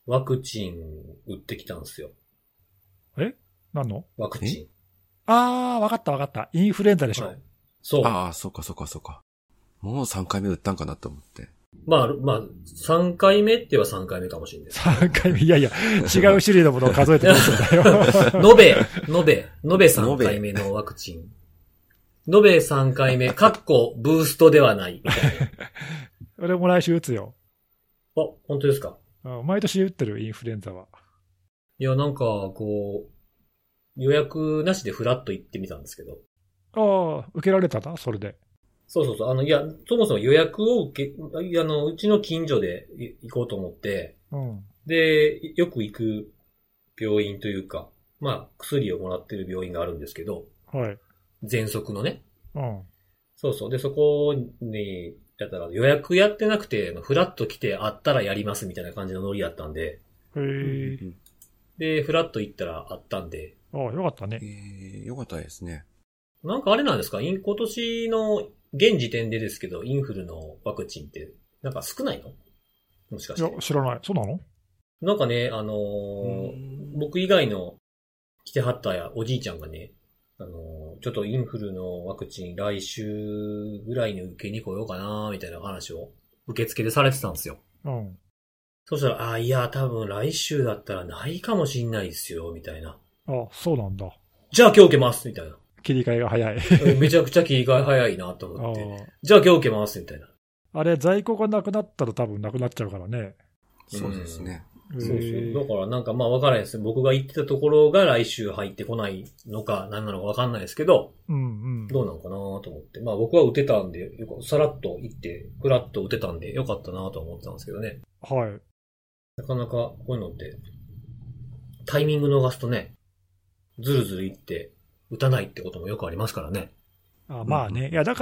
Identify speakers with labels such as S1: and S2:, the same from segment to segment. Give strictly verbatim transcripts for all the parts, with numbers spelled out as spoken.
S1: ワクチン打ってきたんですよ。
S2: え何の
S1: ワクチン。
S2: あー、わかったわかった。インフルエンザでしょ。はい、
S1: そう。
S3: ああ、そうかそうかそうか。もうさんかいめ打ったんかなと思って。
S1: まあ、まあ、さんかいめってはさんかいめかもしれない。
S2: さんかいめ、いやいや、違う種類のものを数えてどうするんだよ。
S1: 延べ、延べ、延べさんかいめのワクチン。延べさんかいめ、かっこブーストではない、みたいな。
S2: 俺も来週打つよ。
S1: あ、本当ですか？
S2: 毎年打ってる、インフルエンザは。
S1: いや、なんか、こう、予約なしでフラッと行ってみたんですけど。
S2: ああ、受けられたな、それで。
S1: そうそうそう。あの、いや、そもそも予約を受け、あの、うちの近所で行こうと思って、
S2: うん、
S1: で、よく行く病院というか、まあ、薬をもらってる病院があるんですけど、
S2: はい。
S1: 喘息のね。
S2: うん。
S1: そうそう。で、そこに、やったら予約やってなくて、フラッと来て会ったらやりますみたいな感じのノリやったんで、
S2: へえ。
S1: で、フラッと行ったら会ったんで。
S2: ああ、よかったね。
S3: えー、よかったですね。
S1: なんかあれなんですか？今年の現時点でですけど、インフルのワクチンって、なんか少ないの？もしかして。
S2: いや、知らない。そうなの？
S1: なんかね、あのー、僕以外の来てはったやおじいちゃんがね、あのー、ちょっとインフルのワクチン来週ぐらいに受けに来ようかなみたいな話を受付でされてたんですよ。
S2: うん。
S1: そしたら、あ、いや、多分来週だったらないかもしんないですよ、みたいな。
S2: あ、そうなんだ。
S1: じゃあ今日受けます、みたいな。
S2: 切り替えが早い。
S1: めちゃくちゃ切り替え早いなと思って。じゃあ今日受けます、みたいな。
S2: あれ、在庫がなくなったら多分なくなっちゃうからね。
S3: そうですね。
S1: そうそう。だからなんかまあ分からないです。僕が言ってたところが来週入ってこないのか何なのか分かんないですけど、
S2: うんうん、
S1: どうなのかなと思って。まあ僕は打てたんで、さらっと行って、ふらっと打てたんでよかったなと思ってたんですけどね。
S2: はい。
S1: なかなかこういうのって、タイミング逃すとね、ずるずる行って打たないってこともよくありますからね。
S2: あまあね。うん、いや、だから、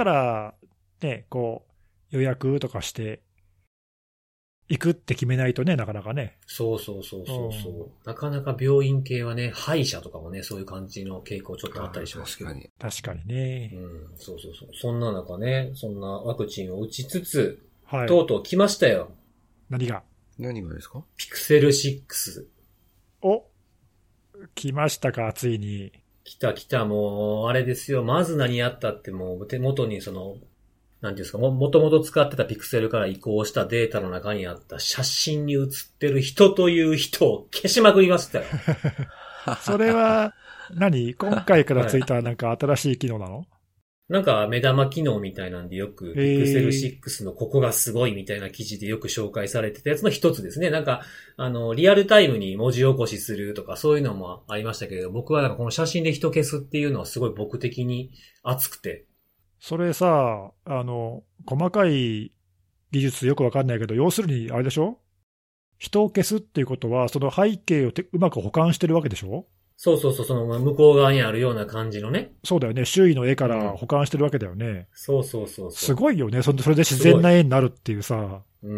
S2: ね、こう、予約とかして、行くって決めないとね、なかなかね。
S1: そうそうそうそうそう、うん。なかなか病院系はね、歯医者とかもね、そういう感じの傾向ちょっとあったりしますけど。
S3: 確かに。
S2: 確かにね。
S1: うん、そうそうそう。そんな中ね、そんなワクチンを打ちつつ、
S2: はい、
S1: とうとう来ましたよ。
S2: 何が
S3: 何がですか？
S1: ピクセルシックス。
S2: お来ましたか、ついに。
S1: 来た来た、もう、あれですよ。まず何やったってもう、手元にその、なんていうんですか、も、もともと使ってたピクセルから移行したデータの中にあった写真に写ってる人という人を消しまくりましたよ。
S2: それは何、今回からついたなんか新しい機能なの？
S1: なんか目玉機能みたいなんでよく、ピクセルシックスのここがすごいみたいな記事でよく紹介されてたやつの一つですね。なんか、あの、リアルタイムに文字起こしするとかそういうのもありましたけど、僕はなんかこの写真で人消すっていうのはすごい僕的に熱くて。
S2: それさ、あの、細かい技術よくわかんないけど、要するにあれでしょ？人を消すっていうことは、その背景をてうまく保管してるわけでしょ？
S1: そうそうそう、その向こう側にあるような感じのね。
S2: そうだよね。周囲の絵から保管してるわけだよね。うん、
S1: そうそうそうそう。
S2: すごいよね。それで自然な絵になるっていうさ。
S1: うん。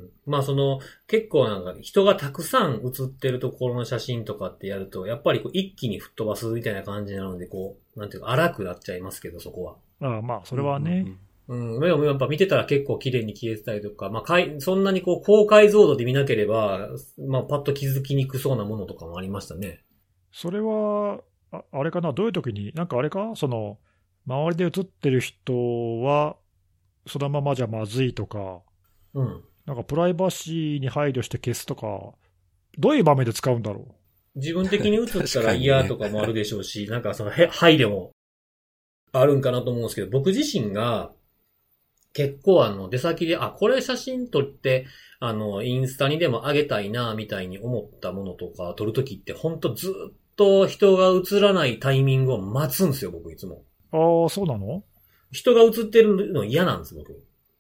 S1: まあその、結構なんか人がたくさん写ってるところの写真とかってやると、やっぱりこう一気に吹っ飛ばすみたいな感じなので、こう、なんていうか荒くなっちゃいますけど、そこは。
S2: ああまあ、それはね。
S1: うん、うん。でもやっぱ見てたら結構綺麗に消えてたりとか、まあかい、そんなにこう高解像度で見なければ、まあパッと気づきにくそうなものとかもありましたね。
S2: それは、あ, あれかな、どういう時に、なんかあれか、その、周りで写ってる人は、そのままじゃまずいとか、
S1: うん。
S2: なんかプライバシーに配慮して消すとか、どういう場面で使うんだろ
S1: う。自分的に写ったら嫌とかもあるでしょうし、ね、なんかそのへ配慮もあるんかなと思うんですけど、僕自身が結構あの出先で、あ、これ写真撮って、あの、インスタにでも上げたいな、みたいに思ったものとか撮るときって、ほんとずっと人が映らないタイミングを待つんですよ、僕いつも。
S2: ああ、そうなの？
S1: 人が映ってるの嫌なんです、僕。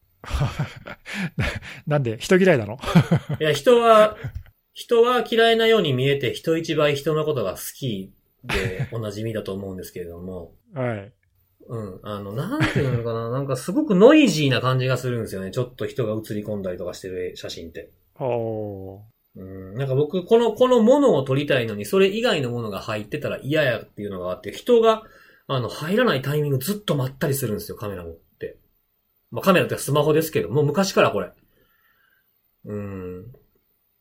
S2: なんで人嫌いなの？
S1: いや、人は、人は嫌いなように見えて、人一倍人のことが好きでおなじみだと思うんですけれども。
S2: はい。
S1: うん。あの、なんていうのかな。なんかすごくノイジーな感じがするんですよね。ちょっと人が映り込んだりとかしてる写真って。
S2: ああ。
S1: うん。なんか僕、この、このものを撮りたいのに、それ以外のものが入ってたら嫌やっていうのがあって、人が、あの、入らないタイミングずっと待ったりするんですよ、カメラ持って。まあ、カメラってスマホですけど、もう昔からこれ。うん。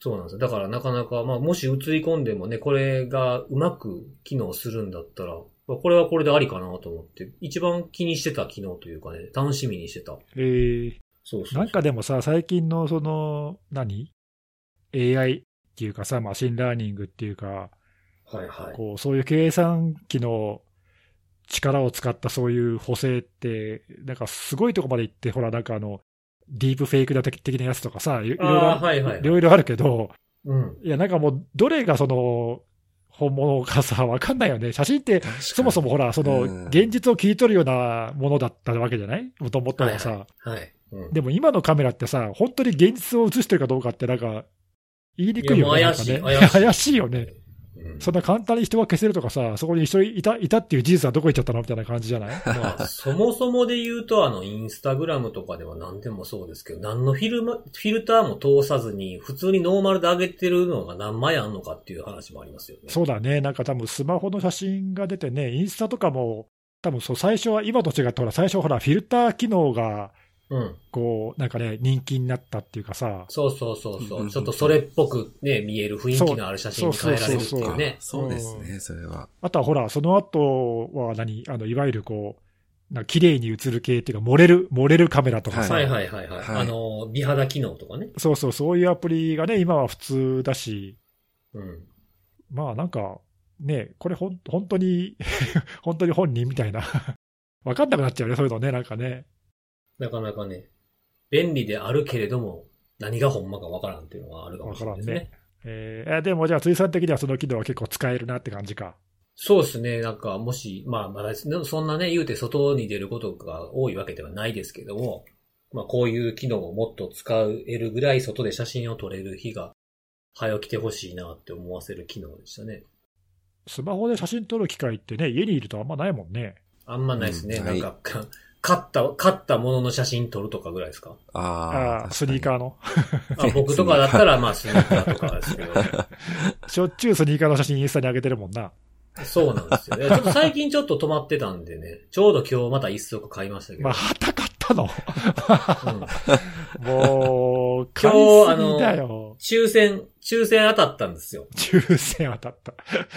S1: そうなんですよ。だからなかなか、まあもし映り込んでもね、これがうまく機能するんだったら、これはこれでありかなと思って、一番気にしてた機能というかね、楽しみにしてた。
S2: えー、
S1: そうそうそう。
S2: なんかでもさ、最近のその、何 エーアイ っていうかさ、マシンラーニングっていうか、
S1: はいはい。
S2: こうそういう計算機の力を使ったそういう補正って、なんかすごいとこまで行って、ほら、なんかあの、ディープフェイクだ的なやつとかさ、いろいろ、
S1: はいはいはい、
S2: いろいろあるけど、
S1: うん、
S2: いや、なんかもう、どれがその、本物かさ、わかんないよね。写真って、そもそもほら、その、現実を切り取るようなものだったわけじゃないもともとはさ。
S1: はいはいはいうん。
S2: でも今のカメラってさ、本当に現実を映してるかどうかって、なんか、言いにくいよね。
S1: 怪しい、
S2: ね
S1: 怪しい。
S2: 怪しいよね。うん、そんな簡単に人が消せるとかさ、そこに一緒にいた、いたっていう事実はどこ行っちゃったのみたいな感じじゃない？
S1: まあ、そもそもで言うと、あの、インスタグラムとかでは何でもそうですけど、何のフィルム、フィルターも通さずに、普通にノーマルで上げてるのが何枚あんのかっていう話もありますよね。
S2: そうだね。なんか多分スマホの写真が出てね、インスタとかも、多分そう、最初は、今と違って、ほら、最初ほら、フィルター機能が、
S1: うん。
S2: こう、なんかね、人気になったっていうかさ。
S1: そうそうそうそう。ちょっとそれっぽくね、見える雰囲気のある写真に変えられるっていうね。
S3: そうですね、それは。
S2: あとはほら、その後は何あの、いわゆるこう、な綺麗に映る系っていうか、漏れる、漏れるカメラとかさ。
S1: はいはいはいはい。はい、あの、美肌機能とかね。
S2: そうそう、そういうアプリがね、今は普通だし。
S1: うん。
S2: まあなんか、ね、これほん、本当に、本当に本人みたいな。わかんなくなっちゃうね、そういうのね、なんかね。
S1: なかなかね、便利であるけれども、何がほんまかわからんっていうのはあるかもしれないですね。わからんね。
S2: えー、でもじゃあ、辻さん的にはその機能は結構使えるなって感じか。
S1: そうですね。なんか、もし、まあ、まだ、そんなね、言うて外に出ることが多いわけではないですけども、まあ、こういう機能をもっと使えるぐらい外で写真を撮れる日が、早起きてほしいなって思わせる機能でしたね。
S2: スマホで写真撮る機会ってね、家にいるとあんまないもんね。
S1: あんまないですね。うん、なんか、買った、買ったものの写真撮るとかぐらいですか？
S2: ああ、スニーカーの。
S1: あ僕とかだったら、まあ、スニーカーとかですけど。
S2: しょっちゅうスニーカーの写真インスタに上げてるもんな。
S1: そうなんですよ。ちょっと最近ちょっと止まってたんでね、ちょうど今日また一足買いましたけど。
S2: まあ、はたかったの、うん、もう、
S1: 今日、あの、抽選、抽選当たったんですよ。
S2: 抽選当たった。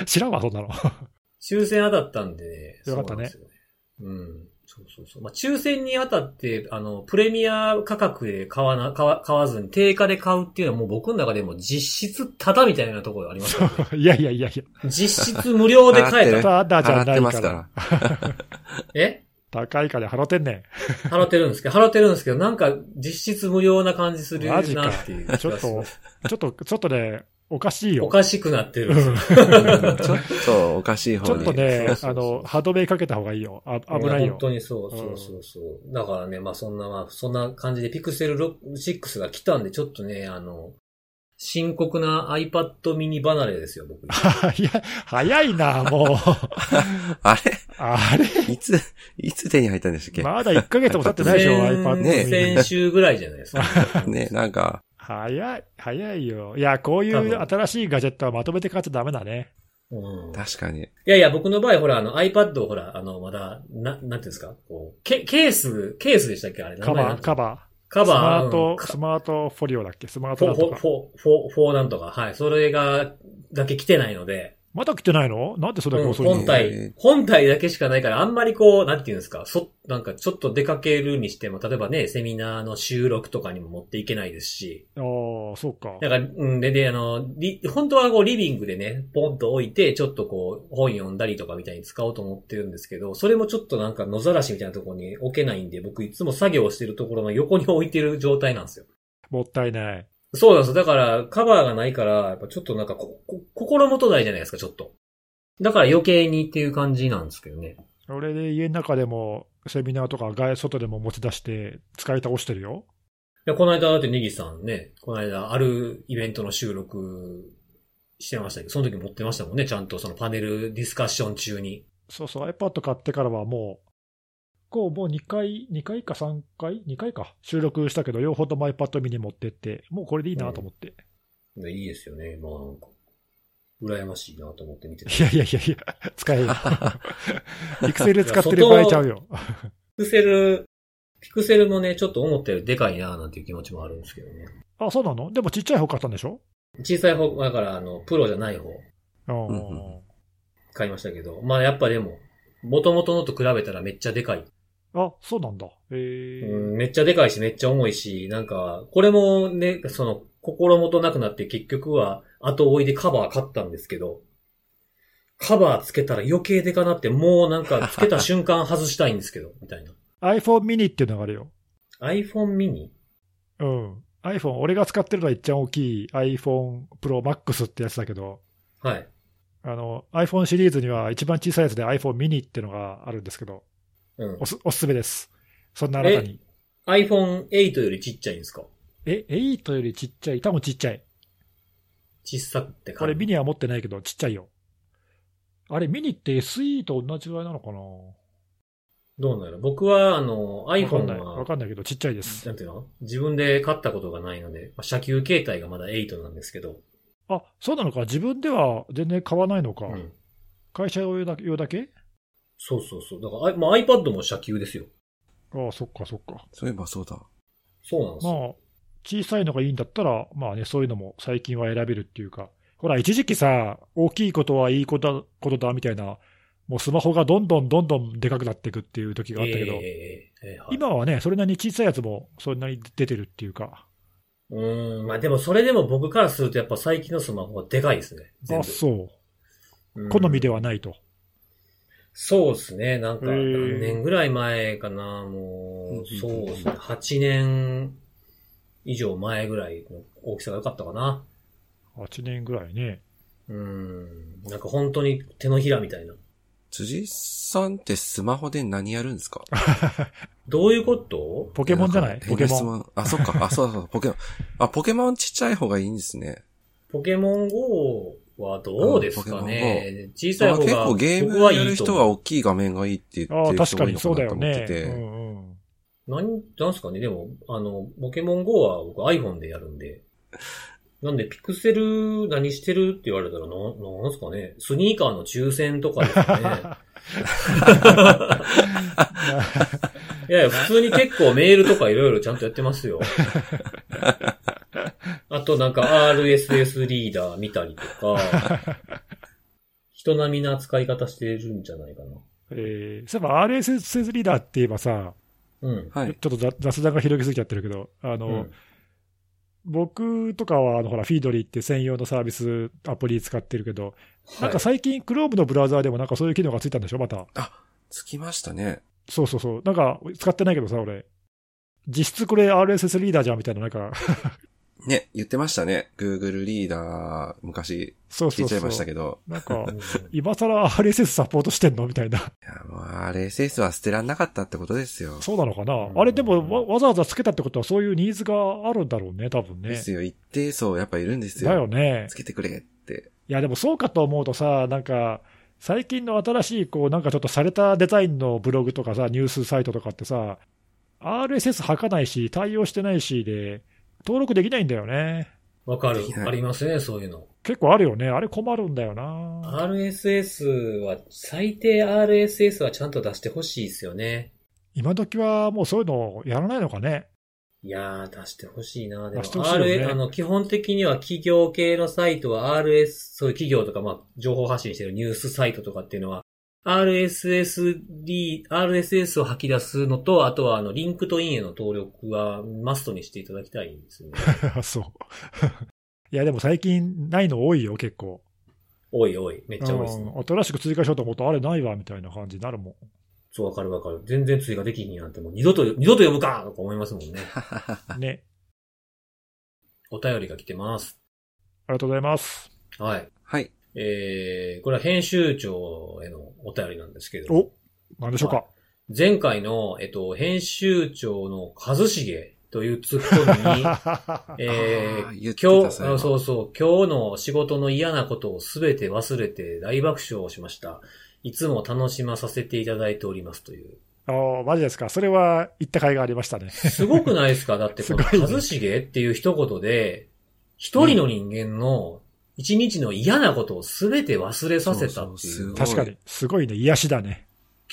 S2: 知らんわ、そんなの。
S1: 抽選当たったんでね。
S2: よかったね。
S1: うん。そうそうそう。まあ、抽選に当たって、あの、プレミア価格で買わな、買わ、買わずに定価で買うっていうのはもう僕の中でも実質タダみたいなところがありますよね。
S2: いやいやいやいや。
S1: 実質無料で買えた。
S2: タダじゃないから。
S1: え
S2: 高いから払ってんね
S1: ん。払ってるんですけど、払ってるんですけど、なんか実質無料な感じするなっていう。
S2: ちょっと、ちょっと、ちょっとね、おかしいよ。
S1: おかしくなってる。
S3: ちょっとおかしい方に。
S2: ちょっとね、そうそうそうあの、歯止めかけた方がいいよ。あ危ないよ。
S1: 本当にそう、そうそうそう。うん、だからね、まあそんな、まあそんな感じでピクセルろくが来たんで、ちょっとね、あの、深刻な iPad mini 離れですよ、僕。
S2: いや、早いな、もう。
S3: あれ
S2: あれ
S3: いつ、いつ手に入ったんでしたっけ？
S2: まだいっかげつも経ってないでしょ、iPad mini。
S1: 先週ぐらいじゃないですか。
S3: ね、なんか。
S2: 早い、早いよ。いや、こういう新しいガジェットはまとめて買っちゃダメだね。
S1: うん、
S3: 確かに。い
S1: やいや、僕の場合、ほら、あの iPad をほら、あの、まだ、な、なんていうんですかこう、ケ、ケース、ケースでしたっけあれ。
S2: カバー、カバー。
S1: カバー。
S2: スマート、うん、スマートフォリオだっけスマートなんとか。
S1: フォ、フォ、フォ、フォーなんとか。はい。それが、だけ来てないので。
S2: まだ来てないの？なんでそれだけ遅いの？
S1: うん、本体、本体だけしかないから、あんまりこう、なんていうんですか、そ、なんかちょっと出かけるにしても、例えばね、セミナーの収録とかにも持っていけないですし。
S2: ああ、そうか。
S1: だから、うんで、で、あの、リ、本当はこう、リビングでね、ポンと置いて、ちょっとこう、本読んだりとかみたいに使おうと思ってるんですけど、それもちょっとなんか野ざらしみたいなところに置けないんで、僕いつも作業してるところの横に置いてる状態なんですよ。
S2: もったいない。
S1: そうなんですよ。だから、カバーがないから、やっぱちょっとなんかこ、こ、心もとないじゃないですか、ちょっと。だから余計にっていう感じなんですけどね。
S2: 俺で家の中でもセミナーとか外外でも持ち出して使い倒してるよ。
S1: いや、この間だってネギさんね、この間あるイベントの収録してましたけど、その時持ってましたもんね、ちゃんとそのパネルディスカッション中に。
S2: そうそう、iPad 買ってからはもう、こうもうにかい、にかいかさんかい ?に 回か収録したけど、両方とも iPad mini 持ってって、もうこれでいいなと思って。
S1: うん、いいですよね、まあなんか。羨ましいなと思って見てた。
S2: いやいやいやいや、使えよ。ピクセル使ってる場合ちゃうよ。
S1: ピクセル、ピクセルもね、ちょっと思ったよりでかいななんていう気持ちもあるんですけどね。
S2: あ、そうなの？でもちっちゃい方買ったんでしょ？
S1: 小さい方、だからあの、プロじゃない方、
S2: うん
S3: うんうん
S1: 買いましたけど、まあやっぱでも、元々のと比べたらめっちゃでかい。
S2: あ、そうなんだ。へえ。
S1: うん、めっちゃでかいし、めっちゃ重いし、なんか、これもね、その、心もとなくなって結局は後追いでカバー買ったんですけど、カバーつけたら余計でかなって、もうなんかつけた瞬間外したいんですけど、みたいな。
S2: iPhone mini っていうのがあるよ。
S1: iPhone mini？
S2: うん。iPhone、俺が使ってるのは一番大きい iPhone Pro Max ってやつだけど、
S1: はい。
S2: あの、iPhone シリーズには一番小さいやつで iPhone mini っていうのがあるんですけど、
S1: うん
S2: おす、おすすめです。そんなあなたに。
S1: え、iPhone エイトよりちっちゃいんですか？
S2: え、エイトよりちっちゃい？多分ちっちゃい。
S1: 小さって
S2: こ
S1: 感じ。
S2: れミニは持ってないけどちっちゃいよ。あれミニって エスイー と同じぐらいなのかな？
S1: どうなる？僕は、あの、
S2: わかん
S1: iPhone
S2: ない。わ
S1: は、
S2: かんないけどちっちゃいです。
S1: なんていうの？自分で買ったことがないので、まあ、車級形態がまだエイトなんですけど。
S2: あ、そうなのか。自分では全然買わないのか。
S1: うん。
S2: 会社用だ用だけ？
S1: そうそうそう。だから、あまあ、iPad も車級ですよ。
S2: ああ、そっかそっか。
S3: そういえばそうだ。
S1: そうなんですよ。
S2: まあ、小さいのがいいんだったら、まあね、そういうのも最近は選べるっていうか、ほら、一時期さ、大きいことはいいことだ、ことだみたいな、もうスマホがどんどんどんどんでかくなっていくっていう時があったけど、
S1: えーえーえーはい、
S2: 今はね、それなりに小さいやつもそんなに出てるっていうか。
S1: うーん、まあでもそれでも僕からするとやっぱ最近のスマホはでかいですね。全
S2: あ、
S1: 部。
S2: そう
S1: うん。
S2: 好みではないと。
S1: そうですね。なんか
S2: へー
S1: 何年ぐらい前かな、もう、そうですね。はちねん以上前ぐらいの大きさが良かったかな。
S2: はちねんぐらいね。
S1: うーん。なんか本当に手のひらみたいな。
S3: 辻さんってスマホで何やるんですか？
S1: どういうこと？
S2: ポケモンじゃない？
S3: んか
S2: ポケモン。
S3: ン。あ、そっか。あ、そうそう、ポケモン。あ、ポケモンちっちゃい方がいいんですね。
S1: ポケモン ゴー はどうですかね。小さい方が
S3: 結構ゲームやる人は大きい画面がいいって言ってる人が多いのかなと思ってて。
S2: うんうん、
S1: 何、なんすかね。でも、あの、ポケモン ゴー は僕 iPhone でやるんで。なんで、ピクセル何してるって言われたら、な、なんすかね。スニーカーの抽選とかですかね。いやいや、普通に結構メールとかいろいろちゃんとやってますよ。あとなんか アールエスエス リーダー見たりとか、人並みな使い方してるんじゃないかな。
S2: えー、そういえば アールエスエス リーダーって言えばさ、
S1: うん。
S3: はい。
S2: ちょっと雑談が広げすぎちゃってるけど、あの、
S1: うん
S2: 僕とかはあのほらフィードリーって専用のサービスアプリ使ってるけど、
S1: はい、
S2: なんか最近 Chrome のブラウザーでもなんかそういう機能がついたんでしょまた。
S3: あ、つきましたね。
S2: そうそうそう。なんか使ってないけどさ、俺。実質これ アールエスエス リーダーじゃんみたいななんか。
S3: ね、言ってましたね。Google リーダー、昔、聞いちゃいましたけど。
S2: そうそうそうなんか、今更 アールエスエス サポートしてんのみたいな。い
S3: や、もう アールエスエス は捨てらんなかったってことですよ。
S2: そうなのかな、うん、あれでもわ、わざわざつけたってことはそういうニーズがあるんだろうね、多分ね。
S3: ですよ。一定層やっぱいるんですよ。
S2: だよね。
S3: つけてくれって。
S2: いや、でもそうかと思うとさ、なんか、最近の新しい、こう、なんかちょっと洒落たデザインのブログとかさ、ニュースサイトとかってさ、アールエスエス 吐かないし、対応してないしで、登録できないんだよね。
S1: わかる。ありますね、そういうの。
S2: 結構あるよね。あれ困るんだよな。
S1: アールエスエス は、最低 アールエスエス はちゃんと出してほしいですよね。
S2: 今時はもうそういうのやらないのかね。
S1: いやー、出してほしいな。でも、
S2: 出してほしいよね。
S1: アールエス、あの、基本的には企業系のサイトは アールエス、そういう企業とか、まあ、情報発信してるニュースサイトとかっていうのは、アールエスエスディー、アールエスエス を吐き出すのと、あとは、あの、リンクトインへの登録はマストにしていただきたいんですよね。
S2: そう。いや、でも最近ないの多いよ、結構。
S1: 多い多い。めっちゃ多いですね。
S2: 新しく追加しようと思うと、あれないわ、みたいな感じになるもん。
S1: そう、わかるわかる。全然追加できひんなんて、もう二度と、二度と読むかとか思いますもんね。
S2: ね。
S1: お便りが来てます。
S2: ありがとうございます。
S1: はい。
S3: はい。
S1: えー、これは編集長へのお便りなんですけれども。
S2: お、何でしょうか。
S1: はい、前回の、えっと、編集長の一茂というツッコミに、えー、今日、そうそう、今日の仕事の嫌なことをすべて忘れて大爆笑をしました。いつも楽しまさせていただいておりますという。
S2: ああ、マジですか。それは言った甲斐がありましたね。
S1: すごくないですか？だってこの一茂っていう一言で、一人の人間の一日の嫌なことをすべて忘れさせたっていう。
S2: 確かに、すごいね、癒しだね。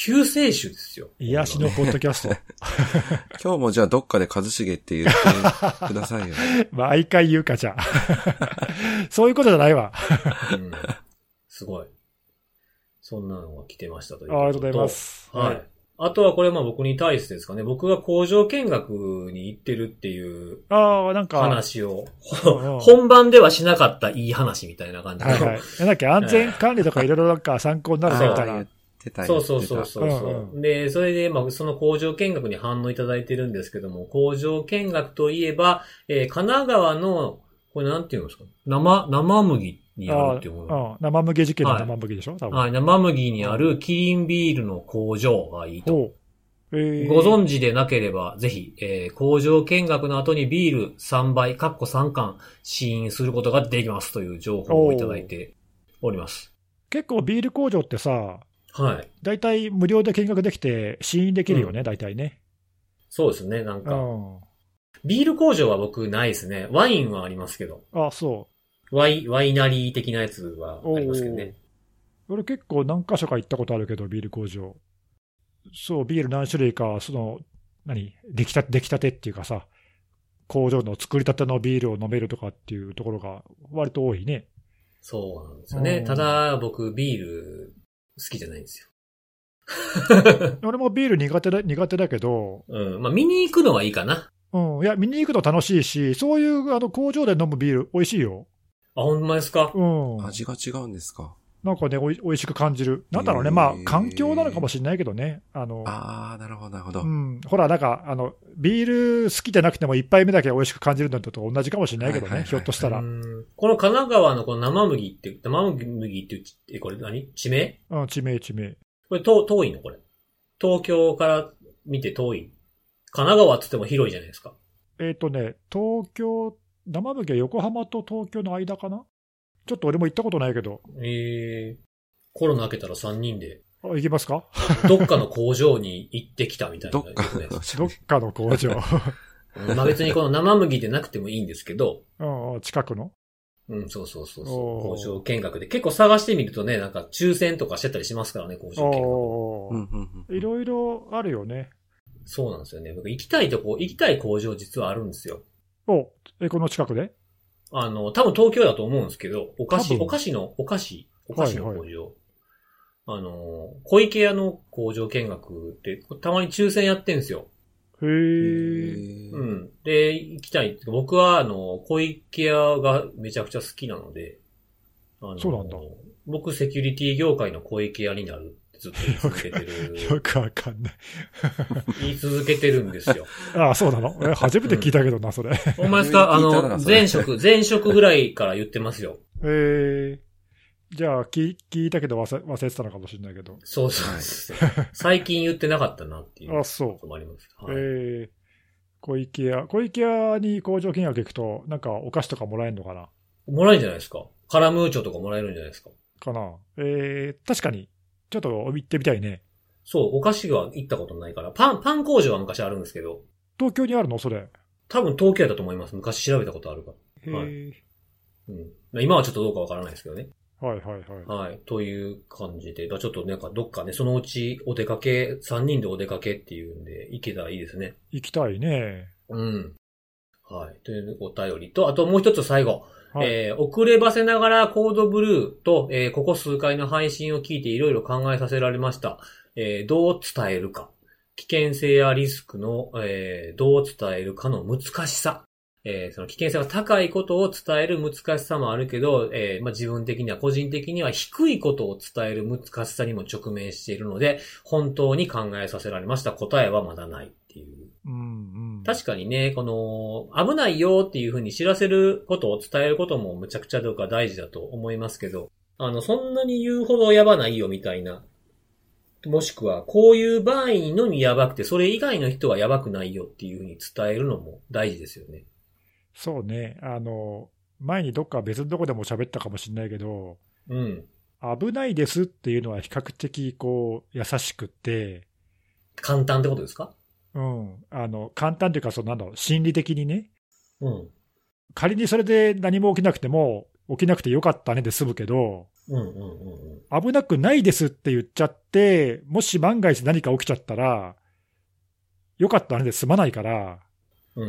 S1: 救世主ですよ。
S2: 癒しのポッドキャスト。
S3: 今日もじゃあどっかで一茂って言ってくださいよ。
S2: 毎回言うかじゃあ。そういうことじゃないわ。
S1: うん、すごい。そんなのが来てましたということと。
S2: ありがとうございます。
S1: はい。はい、あとはこれまあ僕に対してですかね。僕が工場見学に行ってるっていう話を、本番ではしなかったいい話みたいな感じで。
S2: はいはい。なんだっけ、安全管理とかいろいろなんか参考になるみたいな。
S1: そうそうそうそう。うんうん、で、それで、まあ、その工場見学に反応いただいてるんですけども、工場見学といえば、えー、神奈川の、これなんていうんですか、生、生麦にあるっていうもの。
S2: 生麦事件の生麦でしょ、はい、多分。
S1: はい、生麦にあるキリンビールの工場がいいと。
S2: えー、
S1: ご存知でなければ、ぜひ、えー、工場見学の後にビールさんばい、かっこさんかん試飲することができますという情報をいただいております。
S2: 結構ビール工場ってさ、
S1: はい。
S2: 大体無料で見学できて、試飲できるよね、うん、大体ね。
S1: そうですね、なんか。うん、ビール工場は僕ないですね。ワインはありますけど。
S2: あ、そう。
S1: ワイ、ワイナリー的なやつはありますけどね。
S2: 俺結構何箇所か行ったことあるけど、ビール工場。そう、ビール何種類か、その、何、出来たて、出来たてっていうかさ、工場の作りたてのビールを飲めるとかっていうところが割と多いね。
S1: そうなんですよね。ただ、僕、ビール、好きじゃないんですよ。
S2: 俺もビール苦手だ、苦手だけど。
S1: うん。まあ、見に行くのはいいかな。
S2: うん。いや、見に行くの楽しいし、そういうあの工場で飲むビール、美味しいよ。
S1: あ、ほんまですか？
S2: うん。
S3: 味が違うんですか？
S2: なんかね、おい、美味しく感じる。なんだろうね。まあ、環境なのかもしれないけどね。あの。
S3: ああ、なるほど、なるほど。
S2: うん。ほら、なんか、あの、ビール好きじゃなくても一杯目だけ美味しく感じるのと同じかもしれないけどね。はいはいはい、ひょっとしたら。
S1: この神奈川のこの生麦って、生麦って、これ何？地名？
S2: うん、地名、地名。
S1: これ遠、遠いのこれ。東京から見て遠い。神奈川って言っても広いじゃないですか。
S2: えっとね、東京、生麦は横浜と東京の間かな？ちょっと俺も行ったことないけど。
S1: えー、コロナ明けたらさんにんで。
S2: あ、行きますか？
S1: どっかの工場に行ってきたみたいな、ね。
S2: どっかどっかの工場。
S1: まあ別にこの生麦でなくてもいいんですけど。
S2: うん、近くの？
S1: うん、そうそうそうそう。工場見学で。結構探してみるとね、なんか抽選とかしてたりしますからね、工場見
S2: 学。いろいろあるよね。
S1: そうなんですよね。僕行きたいとこ、行きたい工場実はあるんですよ。
S2: お、え、この近くで？
S1: あの、多分東京だと思うんですけど、お菓子、お菓子の、お菓子、お菓子の工場。はいはい、あの、小池屋の工場見学って、たまに抽選やってんですよ。
S2: へー。
S1: うん。で、行きたい。僕は、あの、小池屋がめちゃくちゃ好きなので、
S2: あの、そうなんだ。
S1: 僕、セキュリティ業界の小池屋になるってずっと言い続けてる。
S2: よくわかんない。
S1: 言い続けてるんですよ。
S2: ああ、そうなの？え、初めて聞いたけどな、うん、それ。
S1: お前ですか？あの、前職、前職ぐらいから言ってますよ。
S2: へー。じゃあ聞、聞いたけど忘れ、忘れてたのかもしれないけど。
S1: そうそうです。最近言ってなかったなっていう。
S2: あ、そう。
S1: もあります。
S2: はい、えー、小池屋。小池屋に工場見学行くと、なんかお菓子とかもらえるのかな？
S1: もらえるんじゃないですか。カラムーチョとかもらえるんじゃないですか。
S2: かな。えー、確かに。ちょっと行ってみたいね。
S1: そう、お菓子は行ったことないから。パン、パン工場は昔あるんですけど。
S2: 東京にあるのそれ？
S1: 多分東京だと思います。昔調べたことあるから。はい。うん。今はちょっとどうかわからないですけどね。
S2: はいはいはい。
S1: はい。という感じで、ちょっとなんかどっかね、そのうちお出かけ、さんにんでお出かけっていうんで、行けたらいいですね。
S2: 行きたいね。
S1: うん。はい。というお便りと、あともう一つ最後。はい、えー、遅ればせながらコードブルーと、えー、ここ数回の配信を聞いていろいろ考えさせられました。えー、どう伝えるか。危険性やリスクの、えー、どう伝えるかの難しさ。えー、その危険性が高いことを伝える難しさもあるけど、えー、まあ、自分的には、個人的には低いことを伝える難しさにも直面しているので、本当に考えさせられました。答えはまだないっていう。
S2: うんうん、
S1: 確かにね、この、危ないよっていうふうに知らせることを伝えることもむちゃくちゃどうか大事だと思いますけど、あの、そんなに言うほどやばないよみたいな。もしくは、こういう場合のみやばくて、それ以外の人はやばくないよっていうふうに伝えるのも大事ですよね。
S2: そうね。あの、前にどっか別のとこでも喋ったかもしれないけど、
S1: うん。
S2: 危ないですっていうのは比較的こう、優しくって、
S1: 簡単ってことですか？
S2: うん。あの、簡単というか、そのなんだろう、心理的にね。
S1: うん。
S2: 仮にそれで何も起きなくても、起きなくてよかったねで済むけど、
S1: うんうんうんうん、
S2: 危なくないですって言っちゃって、もし万が一何か起きちゃったら、よかったねで済まないから、
S1: うん、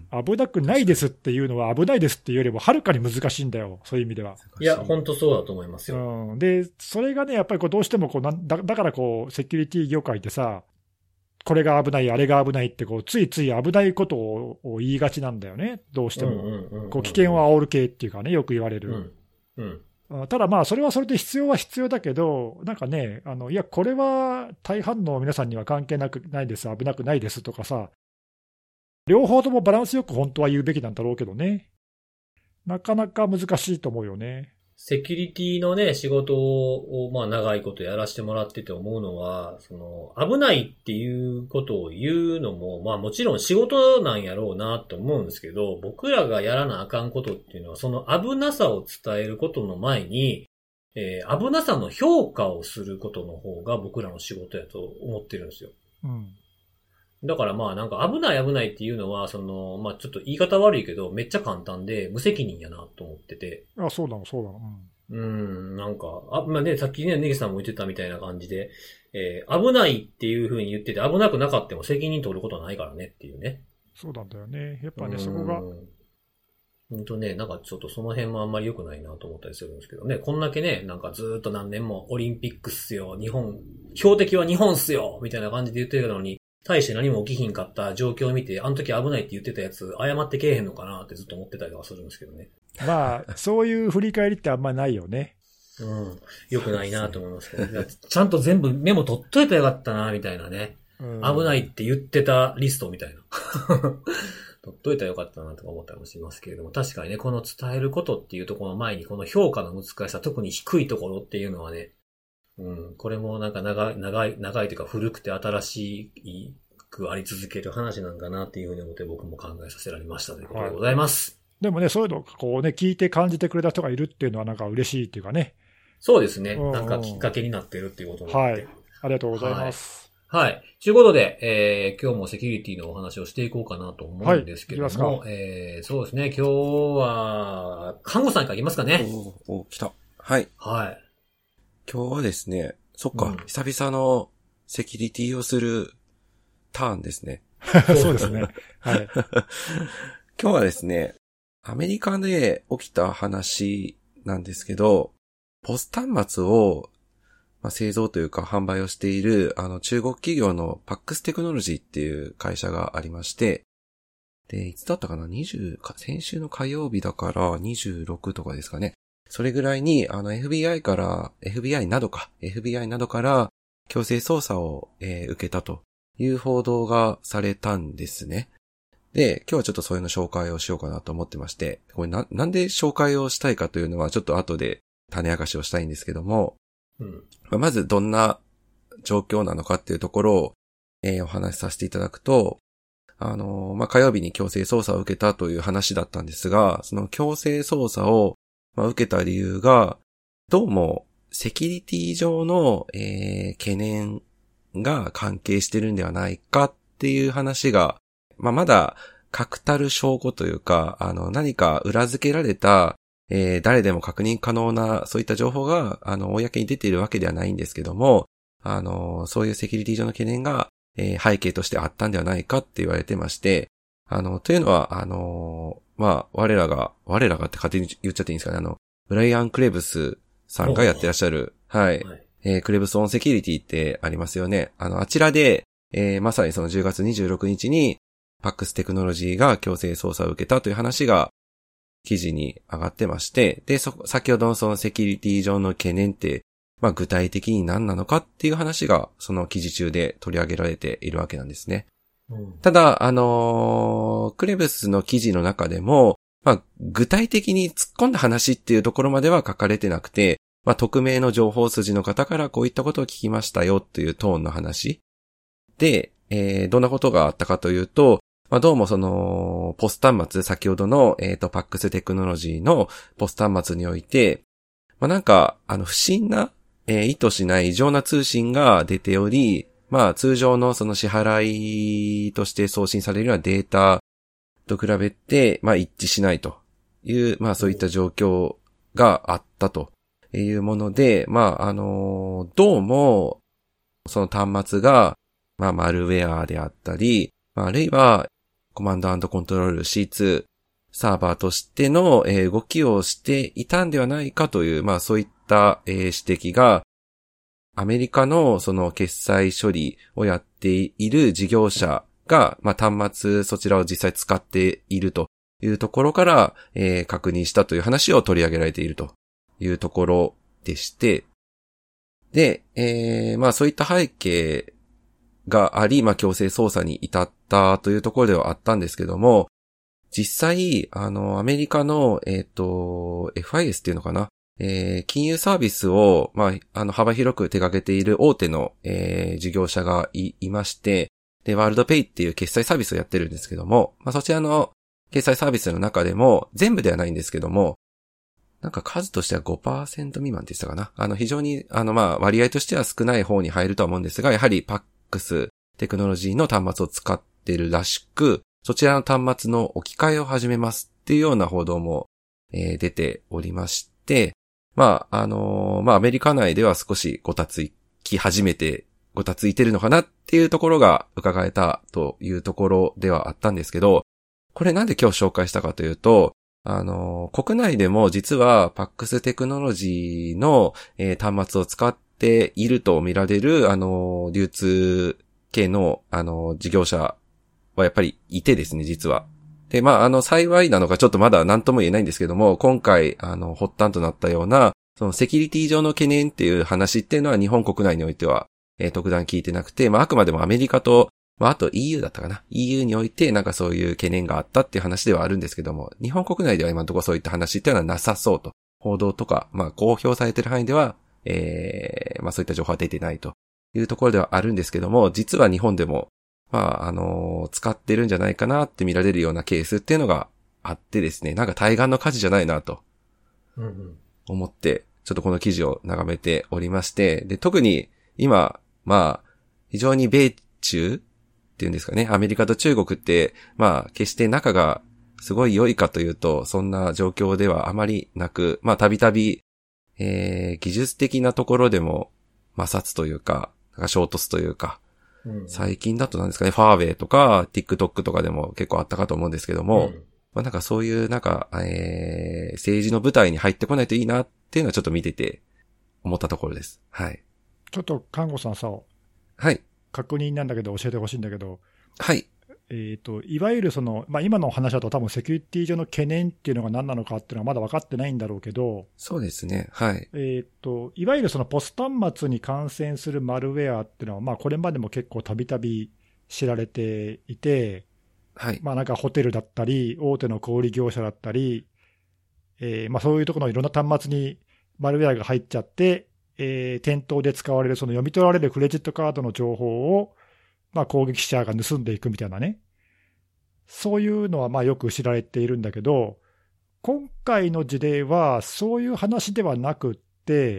S2: 危なくないですっていうのは、危ないですっていうよりもはるかに難しいんだよ、そういう意味では。
S1: いや、本当そうだと思いますよ。
S2: うん、で、それがね、やっぱりこうどうしてもこうなんだ、だからこう、セキュリティ業界ってさ、これが危ない、あれが危ないってこう、ついつい危ないことを言いがちなんだよね、どうしても。こう危険を煽る系っていうかね、よく言われる。
S1: うん
S2: うん、ただまあ、それはそれで必要は必要だけど、なんかね、あのいや、これは大半の皆さんには関係なくないです、危なくないですとかさ、両方ともバランスよく本当は言うべきなんだろうけどね、なかなか難しいと思うよね。
S1: セキュリティのね、仕事を、まあ長いことやらせてもらってて思うのは、その、危ないっていうことを言うのも、まあもちろん仕事なんやろうなって思うんですけど、僕らがやらなあかんことっていうのは、その危なさを伝えることの前に、えー、危なさの評価をすることの方が僕らの仕事やと思ってるんですよ。
S2: うん。
S1: だからまあなんか危ない危ないっていうのは、その、まあちょっと言い方悪いけど、めっちゃ簡単で無責任やなと思ってて。
S2: あ、そうなの、そうなの。
S1: うん、うんなんか、あ、まあね、さっきね、ネギさんも言ってたみたいな感じで、えー、危ないっていう風に言ってて、危なくなかったも責任取ることはないからねっていうね。
S2: そうなんだよね。やっぱね、そこが。
S1: ほんとね、なんかちょっとその辺もあんまり良くないなと思ったりするんですけどね。こんだけね、なんかずーっと何年もオリンピックっすよ、日本、標的は日本っすよみたいな感じで言ってるのに、対して何も起きひんかった状況を見て、あの時危ないって言ってたやつ、謝ってけえへんのかなってずっと思ってたりはするんですけどね。
S2: まあ、そういう振り返りってあんまないよね。
S1: うん。良くないなと思いますけど、ちゃんと全部メモ取っといたらよかったな、みたいなね。うん、危ないって言ってたリストみたいな。取っといたらよかったなとか思ったりもしますけれども、確かにね、この伝えることっていうところの前に、この評価の難しさ、特に低いところっていうのはね、うん、これもなんか長い、長い、長いというか古くて新しくあり続ける話なんかなっていうふうに思って僕も考えさせられましたということでございます。
S2: はい、でもね、そういうのをこうね、聞いて感じてくれた人がいるっていうのはなんか嬉しいっていうかね。
S1: そうですね。うんうん、なんかきっかけになってるっていうことなので。
S2: はい。ありがとうございます。
S1: はい。はい。ということで、えー、今日もセキュリティのお話をしていこうかなと思うんですけども、はい、えー、そうですね。今日は、看護さんからいきますかね。
S3: おお、来た。はい。
S1: はい。
S3: 今日はですね、そっか、うん、久々のセキュリティをするターンですね。
S2: そうですね。はい。
S3: 今日はですね、アメリカで起きた話なんですけど、ポス端末を、まあ、製造というか販売をしているあの中国企業のパックステクノロジーっていう会社がありまして、で、いつだったかな ?にじゅう、先週の火曜日だからにじゅうろくとかですかね。それぐらいにあの エフビーアイ から、エフビーアイ などか、エフビーアイ などから強制捜査を、えー、受けたという報道がされたんですね。で、今日はちょっとそういうの紹介をしようかなと思ってまして、これな、なんで紹介をしたいかというのはちょっと後で種明かしをしたいんですけども、
S1: うん
S3: まあ、まずどんな状況なのかっていうところを、えー、お話しさせていただくと、あのー、まあ、火曜日に強制捜査を受けたという話だったんですが、その強制捜査を、まあ、受けた理由が、どうもセキュリティ上の、えー、懸念が関係してるんではないかっていう話が、まあ、まだ確たる証拠というか、あの、何か裏付けられた、えー、誰でも確認可能な、そういった情報が、あの、公に出ているわけではないんですけども、あの、そういうセキュリティ上の懸念が、えー、背景としてあったんではないかって言われてまして、あの、というのは、あの、まあ、我らが、我らがって勝手に言っちゃっていいんですかね、あの、ブライアン・クレブスさんがやってらっしゃる、はい、はい、えー、クレブスオンセキュリティってありますよね。あの、あちらで、えー、まさにそのじゅうがつにじゅうろくにちに、パックステクノロジーが強制捜査を受けたという話が記事に上がってまして、で、そ、先ほどのそのセキュリティ上の懸念って、まあ具体的に何なのかっていう話がその記事中で取り上げられているわけなんですね。うん、ただ、あのー、クレブスの記事の中でも、まあ具体的に突っ込んだ話っていうところまでは書かれてなくて、まあ匿名の情報筋の方からこういったことを聞きましたよっていうトーンの話。で、えー、どんなことがあったかというと、まあ、どうもその、ポス端末、先ほどの、えっと、パックステクノロジーのポス端末において、まあ、なんか、あの、不審な、えー、意図しない異常な通信が出ており、まあ、通常のその支払いとして送信されるようなデータと比べて、まあ、一致しないという、まあ、そういった状況があったというもので、まあ、あの、どうも、その端末が、まあ、マルウェアであったり、まあ、あるいは、コマンド&コントロール シーツー サーバーとしての、えー、動きをしていたんではないかという、まあ、そういった、えー、指摘が、アメリカのその決済処理をやっている事業者が、まあ、端末そちらを実際使っているというところから、えー、確認したという話を取り上げられているというところでして、で、えー、まあそういった背景があり、まあ強制捜査に至ったというところではあったんですけども、実際、あの、アメリカの、えっと、エフアイエス っていうのかな、えー、金融サービスを、まあ、あの、幅広く手掛けている大手の、えー、事業者が い, いまして、で、ワールドペイっていう決済サービスをやってるんですけども、まあそちらの決済サービスの中でも、全部ではないんですけども、なんか数としては ごパーセント 未満でしたかな。あの非常に、あのまあ割合としては少ない方に入るとは思うんですが、やはり パックス テクノロジーの端末を使ってるらしく、そちらの端末の置き換えを始めますっていうような報道も、えー、出ておりまして、まあ、あのー、まあアメリカ内では少しごたつき始めて、ごたついてるのかなっていうところが伺えたというところではあったんですけど、これなんで今日紹介したかというと、あの、国内でも実は パックス テクノロジーの、えー、端末を使っていると見られる、あの、流通系の、あの、事業者はやっぱりいてですね、実は。で、まあ、あの、幸いなのかちょっとまだ何とも言えないんですけども、今回、あの、発端となったような、そのセキュリティ上の懸念っていう話っていうのは日本国内においては、えー、特段聞いてなくて、まあ、あくまでもアメリカと、まあ、あと イーユー だったかな。イーユー においてなんかそういう懸念があったっていう話ではあるんですけども、日本国内では今のところそういった話っていうのはなさそうと。報道とか、まあ公表されている範囲では、えー、まあそういった情報は出てないというところではあるんですけども、実は日本でも、まああのー、使ってるんじゃないかなって見られるようなケースっていうのがあってですね、なんか対岸の火事じゃないなと思って、ちょっとこの記事を眺めておりまして、で、特に今、まあ、非常に米中っていうんですかね。アメリカと中国って、まあ、決して仲がすごい良いかというと、そんな状況ではあまりなく、まあ、たびたび、えー、技術的なところでも摩擦というか、なんか衝突というか、うん、最近だとなんですかね、ファーウェイとか、TikTok とかでも結構あったかと思うんですけども、うん、まあ、なんかそういうなんか、えー、政治の舞台に入ってこないといいなっていうのはちょっと見てて思ったところです。はい。
S2: ちょっと、看護さんさ、
S3: はい。
S2: 確認なんだけど教えてほしいんだけど、
S3: はい。
S2: えっと、いわゆるその、まあ、今の話だと多分セキュリティ上の懸念っていうのが何なのかっていうのはまだ分かってないんだろうけど、
S3: そうですね。はい。
S2: えっと、いわゆるそのポス端末に感染するマルウェアっていうのは、まあ、これまでも結構たびたび知られていて、
S3: はい。
S2: まあ、なんかホテルだったり、大手の小売業者だったり、えー、まあ、そういうところのいろんな端末にマルウェアが入っちゃって、えー、店頭で使われるその読み取られるクレジットカードの情報を、まあ、攻撃者が盗んでいくみたいなね、そういうのはまあよく知られているんだけど、今回の事例はそういう話ではなくって、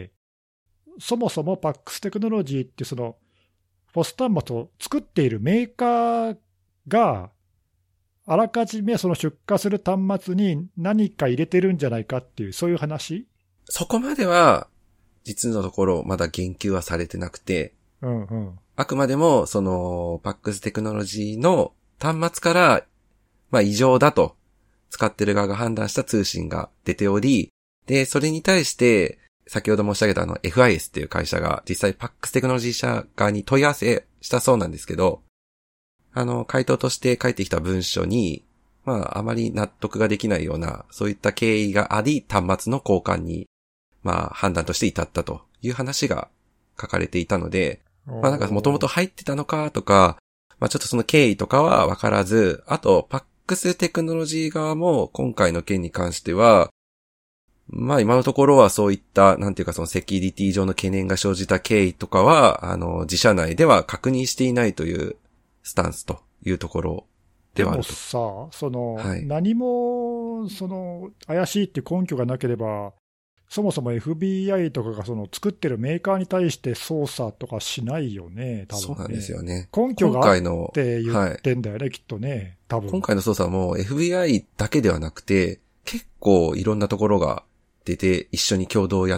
S2: そもそも パックス テクノロジーってそのポス端末を作っているメーカーがあらかじめその出荷する端末に何か入れてるんじゃないかっていう、そういう話？
S3: そこまでは実のところまだ言及はされてなくて、
S2: うんうん、
S3: あくまでもその パックス テクノロジーの端末からまあ異常だと使ってる側が判断した通信が出ており、で、それに対して先ほど申し上げたあの エフアイエス っていう会社が実際 パックス テクノロジー社側に問い合わせしたそうなんですけど、あの回答として返ってきた文書に、まああまり納得ができないようなそういった経緯があり、端末の交換にまあ判断として至ったという話が書かれていたので、まあなんかもともと入ってたのかとか、まあちょっとその経緯とかはわからず、あとパックス テクノロジー側も今回の件に関しては、まあ今のところはそういったなんていうかそのセキュリティ上の懸念が生じた経緯とかは、あの自社内では確認していないというスタンスというところではあると。
S2: でもさ、その、
S3: はい、
S2: 何もその怪しいって根拠がなければ、そもそも エフビーアイ とかがその作ってるメーカーに対して捜査とかしないよね、多分ね。
S3: そうなんですよね。
S2: 根拠があって言ってんだよね、はい、きっとね、多分。
S3: 今回の捜査も エフビーアイ だけではなくて、結構いろんなところが出て一緒に共同や、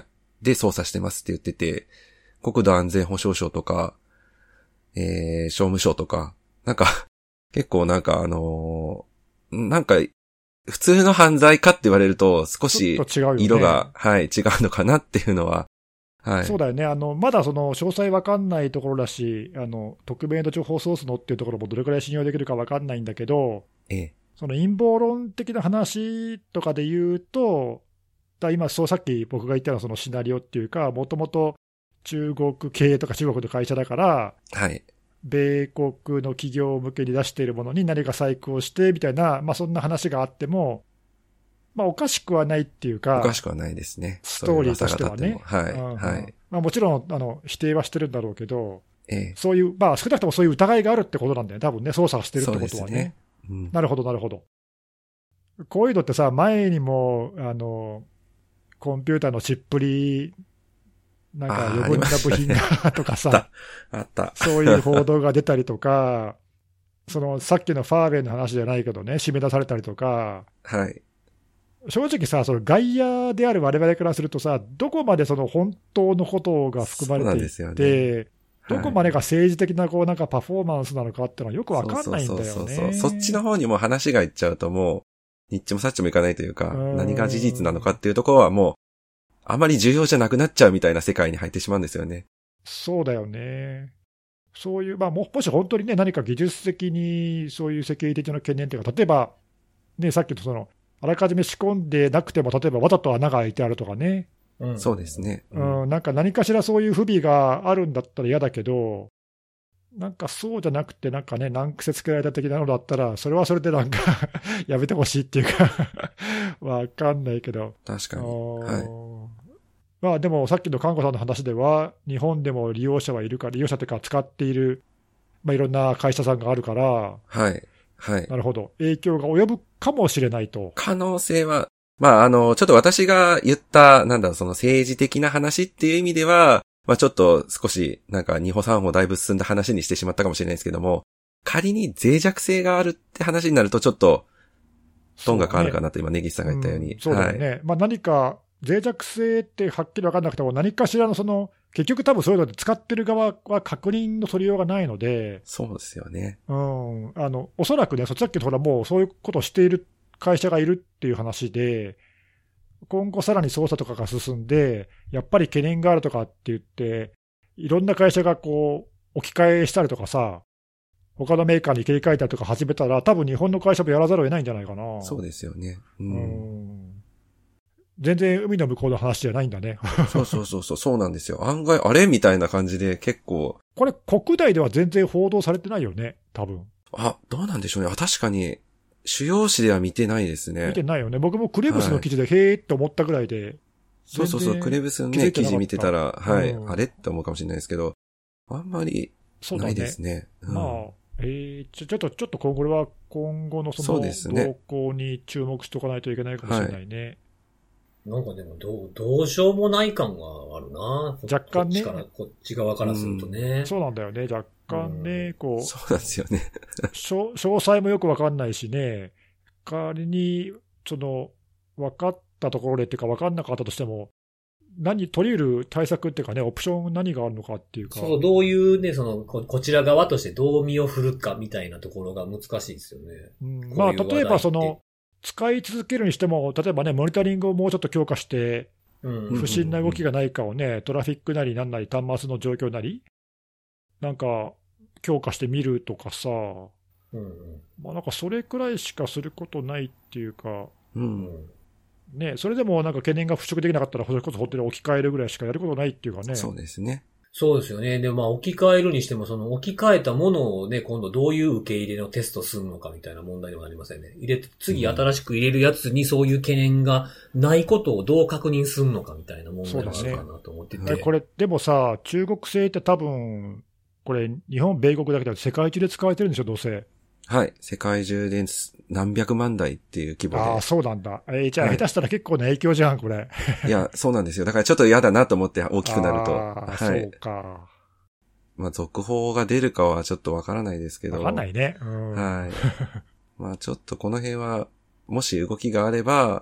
S3: で捜査してますって言ってて、国土安全保障省とか、えー、商務省とか、なんか、結構なんかあのー、なんか、普通の犯罪かって言われると少し色が、はい、違うのかなっていうのは、はい。
S2: そうだよね。あの、まだその詳細わかんないところだし、あの、匿名の情報ソースのっていうところもどれくらい信用できるかわかんないんだけど、
S3: ええ、
S2: その陰謀論的な話とかで言うと、だ今、そうさっき僕が言ったのはそのシナリオっていうか、もともと中国系とか中国の会社だから、
S3: はい。
S2: 米国の企業向けに出しているものに何か細工をしてみたいな、まあ、そんな話があっても、まあ、おかしくはないっていうか、
S3: おかしくはないですね。
S2: ストーリーとしてはね。
S3: はい、
S2: うんうん
S3: はい。
S2: まあ、もちろんあの否定はしてるんだろうけど、
S3: ええ、
S2: そういう、まあ、少なくともそういう疑いがあるってことなんだよね、多分ね、捜査してるってことはね。
S3: ね、うん、
S2: なるほど、なるほど。こういうのってさ、前にもあのコンピューターのチップになんか余分な部品がとかさ、
S3: あった。
S2: そういう報道が出たりとか、そのさっきのファーウェイの話じゃないけどね、締め出されたりとか、
S3: はい。
S2: 正直さ、その外野である我々からするとさ、どこまでその本当のことが含まれていて、ね、どこまでが政治的なこうなんかパフォーマンスなのかっていうのはよくわかんないんだよね。
S3: そっちの方にも話がいっちゃうともう、ニッチもサッチもいかないというか、何が事実なのかっていうところはもう、あまり重要じゃなくなっちゃうみたいな世界に入ってしまうんですよね。
S2: そうだよね。そういう、まあ、も, もし本当にね、何か技術的にそういうセキュリティの懸念というか、例えば、ね、さっきのその、あらかじめ仕込んでなくても、例えばわざと穴が開いてあるとかね。
S3: うん、そうですね、
S2: うんうん。なんか何かしらそういう不備があるんだったら嫌だけど、なんかそうじゃなくて、なんかね、難癖つけられた的なのだったら、それはそれでなんかやめてほしいっていうかわかんないけど。
S3: 確かに。はい。
S2: まあでもさっきの看護さんの話では、日本でも利用者はいるから、利用者というか使っている、まあ、いろんな会社さんがあるから、
S3: はい。はい。
S2: なるほど。影響が及ぶかもしれないと。
S3: 可能性は、まああの、ちょっと私が言った、なんだろう、その政治的な話っていう意味では、まあちょっと少し、なんか二歩三歩だいぶ進んだ話にしてしまったかもしれないですけども、仮に脆弱性があるって話になるとちょっと、トーンが変わるかなと今、根岸さんが言ったように。
S2: そうだよね。はい、まあ何か、脆弱性ってはっきり分からなくても、何かしらのその、結局多分そういうので使ってる側は確認の取りようがないので。
S3: そうですよね。
S2: うん。あの、おそらくね、さっきのほらもうそういうことをしている会社がいるっていう話で、今後さらに捜査とかが進んで、やっぱり懸念があるとかって言って、いろんな会社がこう、置き換えしたりとかさ、他のメーカーに切り替えたりとか始めたら、多分日本の会社もやらざるを得ないんじゃないかな。
S3: そうですよね。うん。
S2: うん全然海の向こうの話じゃないんだね。
S3: そうそうそうそう、そうなんですよ。案外、あれみたいな感じで結構。
S2: これ国内では全然報道されてないよね、多分。
S3: あ、どうなんでしょうね。あ、確かに、主要紙では見てないですね。
S2: 見てないよね。僕もクレブスの記事で、はい、へーって思ったぐらいで。
S3: そうそうそう、クレブスのね、記事見てたら、はい、うん、あれって思うかもしれないですけど、あんまりないですね。
S2: そうだね。うん、まあ、えー、ちょ、ちょっと、ちょっと今後は、今後のその動向に注目しておかないといけないかもしれないね。
S1: なんかでもどう、どうしようもない感があるな。
S2: 若干ね。
S1: こっちから、こっち側からするとね。
S2: うん、そうなんだよね。若干ね、うん、こう。
S3: そうなんですよね。
S2: 詳細もよくわかんないしね。仮に、その、分かったところでっていうか分かんなかったとしても、何、取り得る対策っていうかね、オプション何があるのかっていうか。
S1: そう、どういうね、その、こ、こちら側としてどう身を振るかみたいなところが難しいですよね。
S2: うん、まあ、例えばその、使い続けるにしても、例えばね、モニタリングをもうちょっと強化して、不審な動きがないかをね、トラフィックなりなんなり、端末の状況なり、なんか、強化してみるとかさ、うんうん、まあなんかそれくらいしかすることないっていうか、
S3: うん
S2: ね、それでもなんか懸念が払拭できなかったら、それこそ本当に置き換えるぐらいしかやることないっていうかね。
S3: そうですね。
S1: そうですよね。で、まあ置き換えるにしても、その置き換えたものをね、今度どういう受け入れのテストするのかみたいな問題でもありませんね。入れて、次新しく入れるやつにそういう懸念がないことをどう確認するのかみたいな問題もあるかなと思ってて。
S2: ね、これ、でもさ、中国製って多分、これ、日本、米国だけで世界中で使われてるんでしょ、どうせ。
S3: はい。世界中で何百万台っていう規模で。
S2: ああ、そうなんだ。えー、じゃあ、下手したら結構な影響じゃん、これ。
S3: いや、そうなんですよ。だからちょっと嫌だなと思って大きくなると。
S2: ああ、はい、そうか。
S3: まあ、続報が出るかはちょっとわからないですけど。
S2: わかんないね。うん、
S3: はい。まあ、ちょっとこの辺は、もし動きがあれば、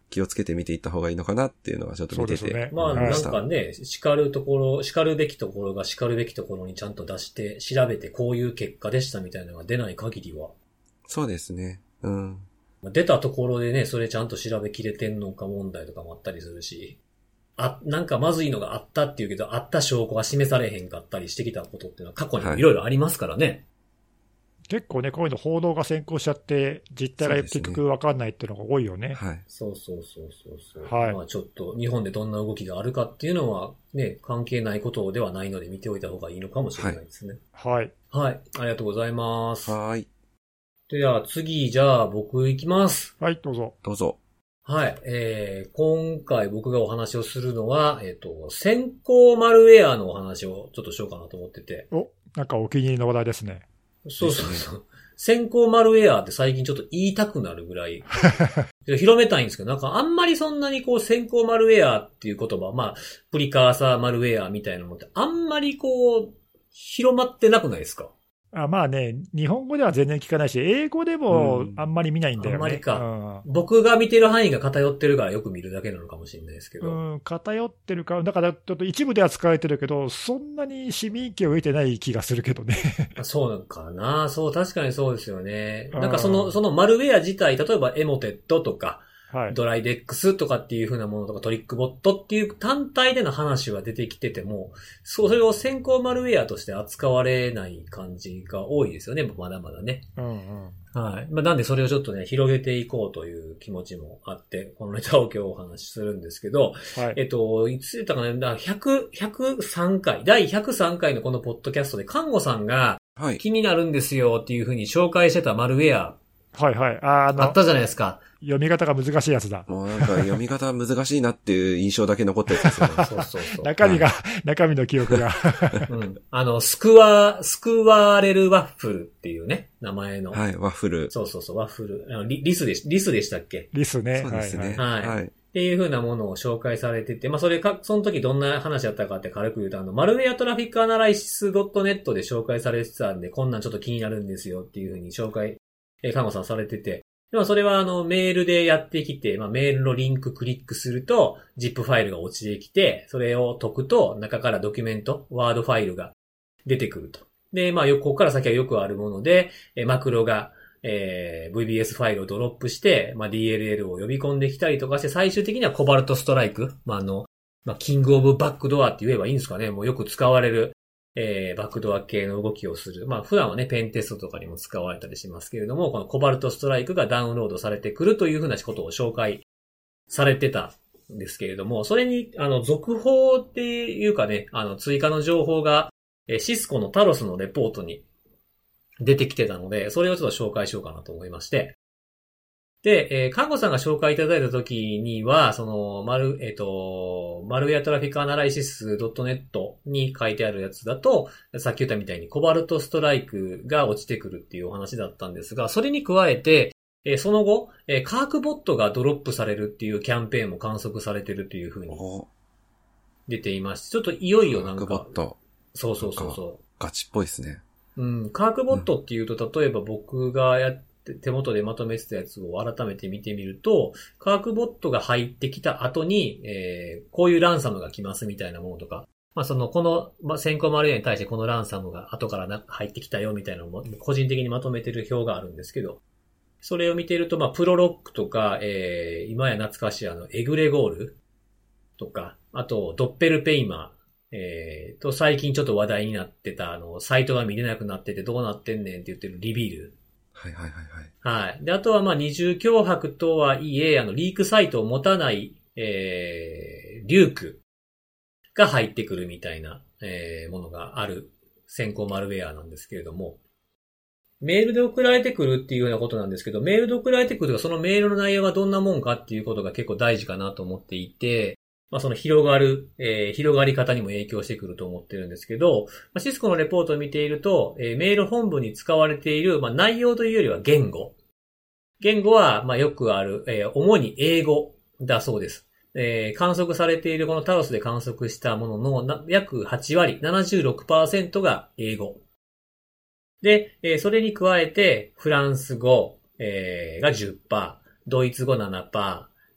S3: 気をつけて見ていった方がいいのかなっていうのはちょっと見てて。
S2: そうですね。
S1: まあなんかね、叱るところ、叱るべきところが叱るべきところにちゃんと出して、調べてこういう結果でしたみたいなのが出ない限りは。
S3: そうですね。うん。
S1: 出たところでね、それちゃんと調べきれてんのか問題とかもあったりするし、あ、なんかまずいのがあったっていうけど、あった証拠が示されへんかったりしてきたことっていうのは過去にもいろいろありますからね。はい、
S2: 結構ね、こういうの報道が先行しちゃって、実態が結局わかんないっていうのが多いよね。
S3: はい。
S1: そうそうそうそうそう。
S2: はい。
S1: まあちょっと日本でどんな動きがあるかっていうのはね、関係ないことではないので見ておいた方がいいのかもしれないですね。
S2: はい。
S1: はい。ありがとうございます。
S3: はい。
S1: では次、じゃあ僕行きます。
S2: はい、どうぞ。
S3: どうぞ。
S1: はい。えー、今回僕がお話をするのは、えっと、先行マルウェアのお話をちょっとしようかなと思ってて。
S2: お、なんかお気に入りの話題ですね。
S1: そうそうそう。先行マルウェアって最近ちょっと言いたくなるぐらい、広めたいんですけど、なんかあんまりそんなにこう先行マルウェアっていう言葉、まあ、プリカーサーマルウェアみたいなのってあんまりこう、広まってなくないですか？
S2: あ、まあね、日本語では全然聞かないし、英語でもあんまり見ないんだよね。
S1: あんまりか、
S2: うん。
S1: 僕が見てる範囲が偏ってるからよく見るだけなのかもしれないですけど。
S2: うん、偏ってるか、だからちょっと一部では使われてるけど、そんなに市民権を得てない気がするけどね。
S1: そうなのかな。そう、確かにそうですよね。なんかその、そのマルウェア自体、例えばエモテットとか、はい、ドライデックスとかっていう風なものとかトリックボットっていう単体での話は出てきてても、それを先行マルウェアとして扱われない感じが多いですよね、まだまだね。
S2: うんうん。
S1: はい。まあ、なんでそれをちょっとね、広げていこうという気持ちもあって、このネタを今日お話しするんですけど、はい、えっと、いつ言ったかな、ひゃく、ひゃくさんかい、だいひゃくさんかいのこのポッドキャストで、看護さんが気になるんですよっていう風に紹介してたマルウェア、
S2: はいはい。あ, あの
S1: あったじゃないですか。
S2: 読み方が難しいやつだ。
S3: もうなんか読み方難しいなっていう印象だけ残ったやつですよね。
S1: そうそうそう。
S2: 中身が、はい、中身の記憶が。
S1: うん。あの、スクワ、スクワレルワッフルっていうね、名前の。
S3: はい、ワッフル。
S1: そうそうそう、ワッフル。あの リ, リスでし、リスでしたっけ？
S2: リスね。
S3: そうですね。
S1: はい。はい。っていう風なものを紹介されてて、まあ、それか、その時どんな話だったかって軽く言うと、あの、マルウェアトラフィックアナライシス ドットネット で紹介されてたんで、こんなんちょっと気になるんですよっていう風に紹介、えー、看護さんされてて、でもそれはあのメールでやってきて、まあメールのリンククリックすると ジップ ファイルが落ちてきて、それを解くと中からドキュメント、ワードファイルが出てくると。で、まあここから先はよくあるもので、マクロが、えー、ブイビーエス ファイルをドロップして、まあ ディーエルエル を呼び込んできたりとかして、最終的にはコバルトストライク、まああの、まあキングオブバックドアって言えばいいんですかね。もうよく使われる。えー、バックドア系の動きをする。まあ普段はね、ペンテストとかにも使われたりしますけれども、このコバルトストライクがダウンロードされてくるというふうなことを紹介されてたんですけれども、それに、あの、続報っていうかね、あの、追加の情報が、えー、シスコのタロスのレポートに出てきてたので、それをちょっと紹介しようかなと思いまして。で、えー、看護さんが紹介いただいたときには、その、マル、えっと、マルウェアトラフィックアナライシス ドットネット に書いてあるやつだと、さっき言ったみたいにコバルトストライクが落ちてくるっていうお話だったんですが、それに加えて、えー、その後、えー、カークボットがドロップされるっていうキャンペーンも観測されてるというふうに出ていまして、ちょっといよいよなんか、
S3: カークボット。
S1: そうそうそうそう。
S3: ガチっぽいですね。
S1: うん、カークボットっていうと、例えば僕がやって手元でまとめてたやつを改めて見てみると、カークボットが入ってきた後に、えー、こういうランサムが来ますみたいなものとか、まあその、この、まあ、先行マルウェアに対してこのランサムが後からな入ってきたよみたいなのも個人的にまとめてる表があるんですけど、それを見てると、まあプロロックとか、えー、今や懐かしいあの、エグレゴールとか、あと、ドッペルペイマー、えー、と、最近ちょっと話題になってた、あの、サイトが見れなくなっててどうなってんねんって言ってるリビール。
S3: はいはいはい
S1: はい。はい。で、あとはまあ二重脅迫とはいえ、あの、リークサイトを持たない、えー、リュークが入ってくるみたいな、えー、ものがある先行マルウェアなんですけれども、メールで送られてくるっていうようなことなんですけど、メールで送られてくるとか、そのメールの内容がどんなもんかっていうことが結構大事かなと思っていて、まあその広がる、えー、広がり方にも影響してくると思ってるんですけど、まあ、シスコのレポートを見ていると、えー、メール本文に使われている、まあ内容というよりは言語。言語は、まあよくある、えー、主に英語だそうです。えー、観測されているこのタロスで観測したもののな約はちわり、ななじゅうろくパーセント が英語。で、えー、それに加えて、フランス語、えー、が じゅっパーセント、ドイツ語 ななパーセント、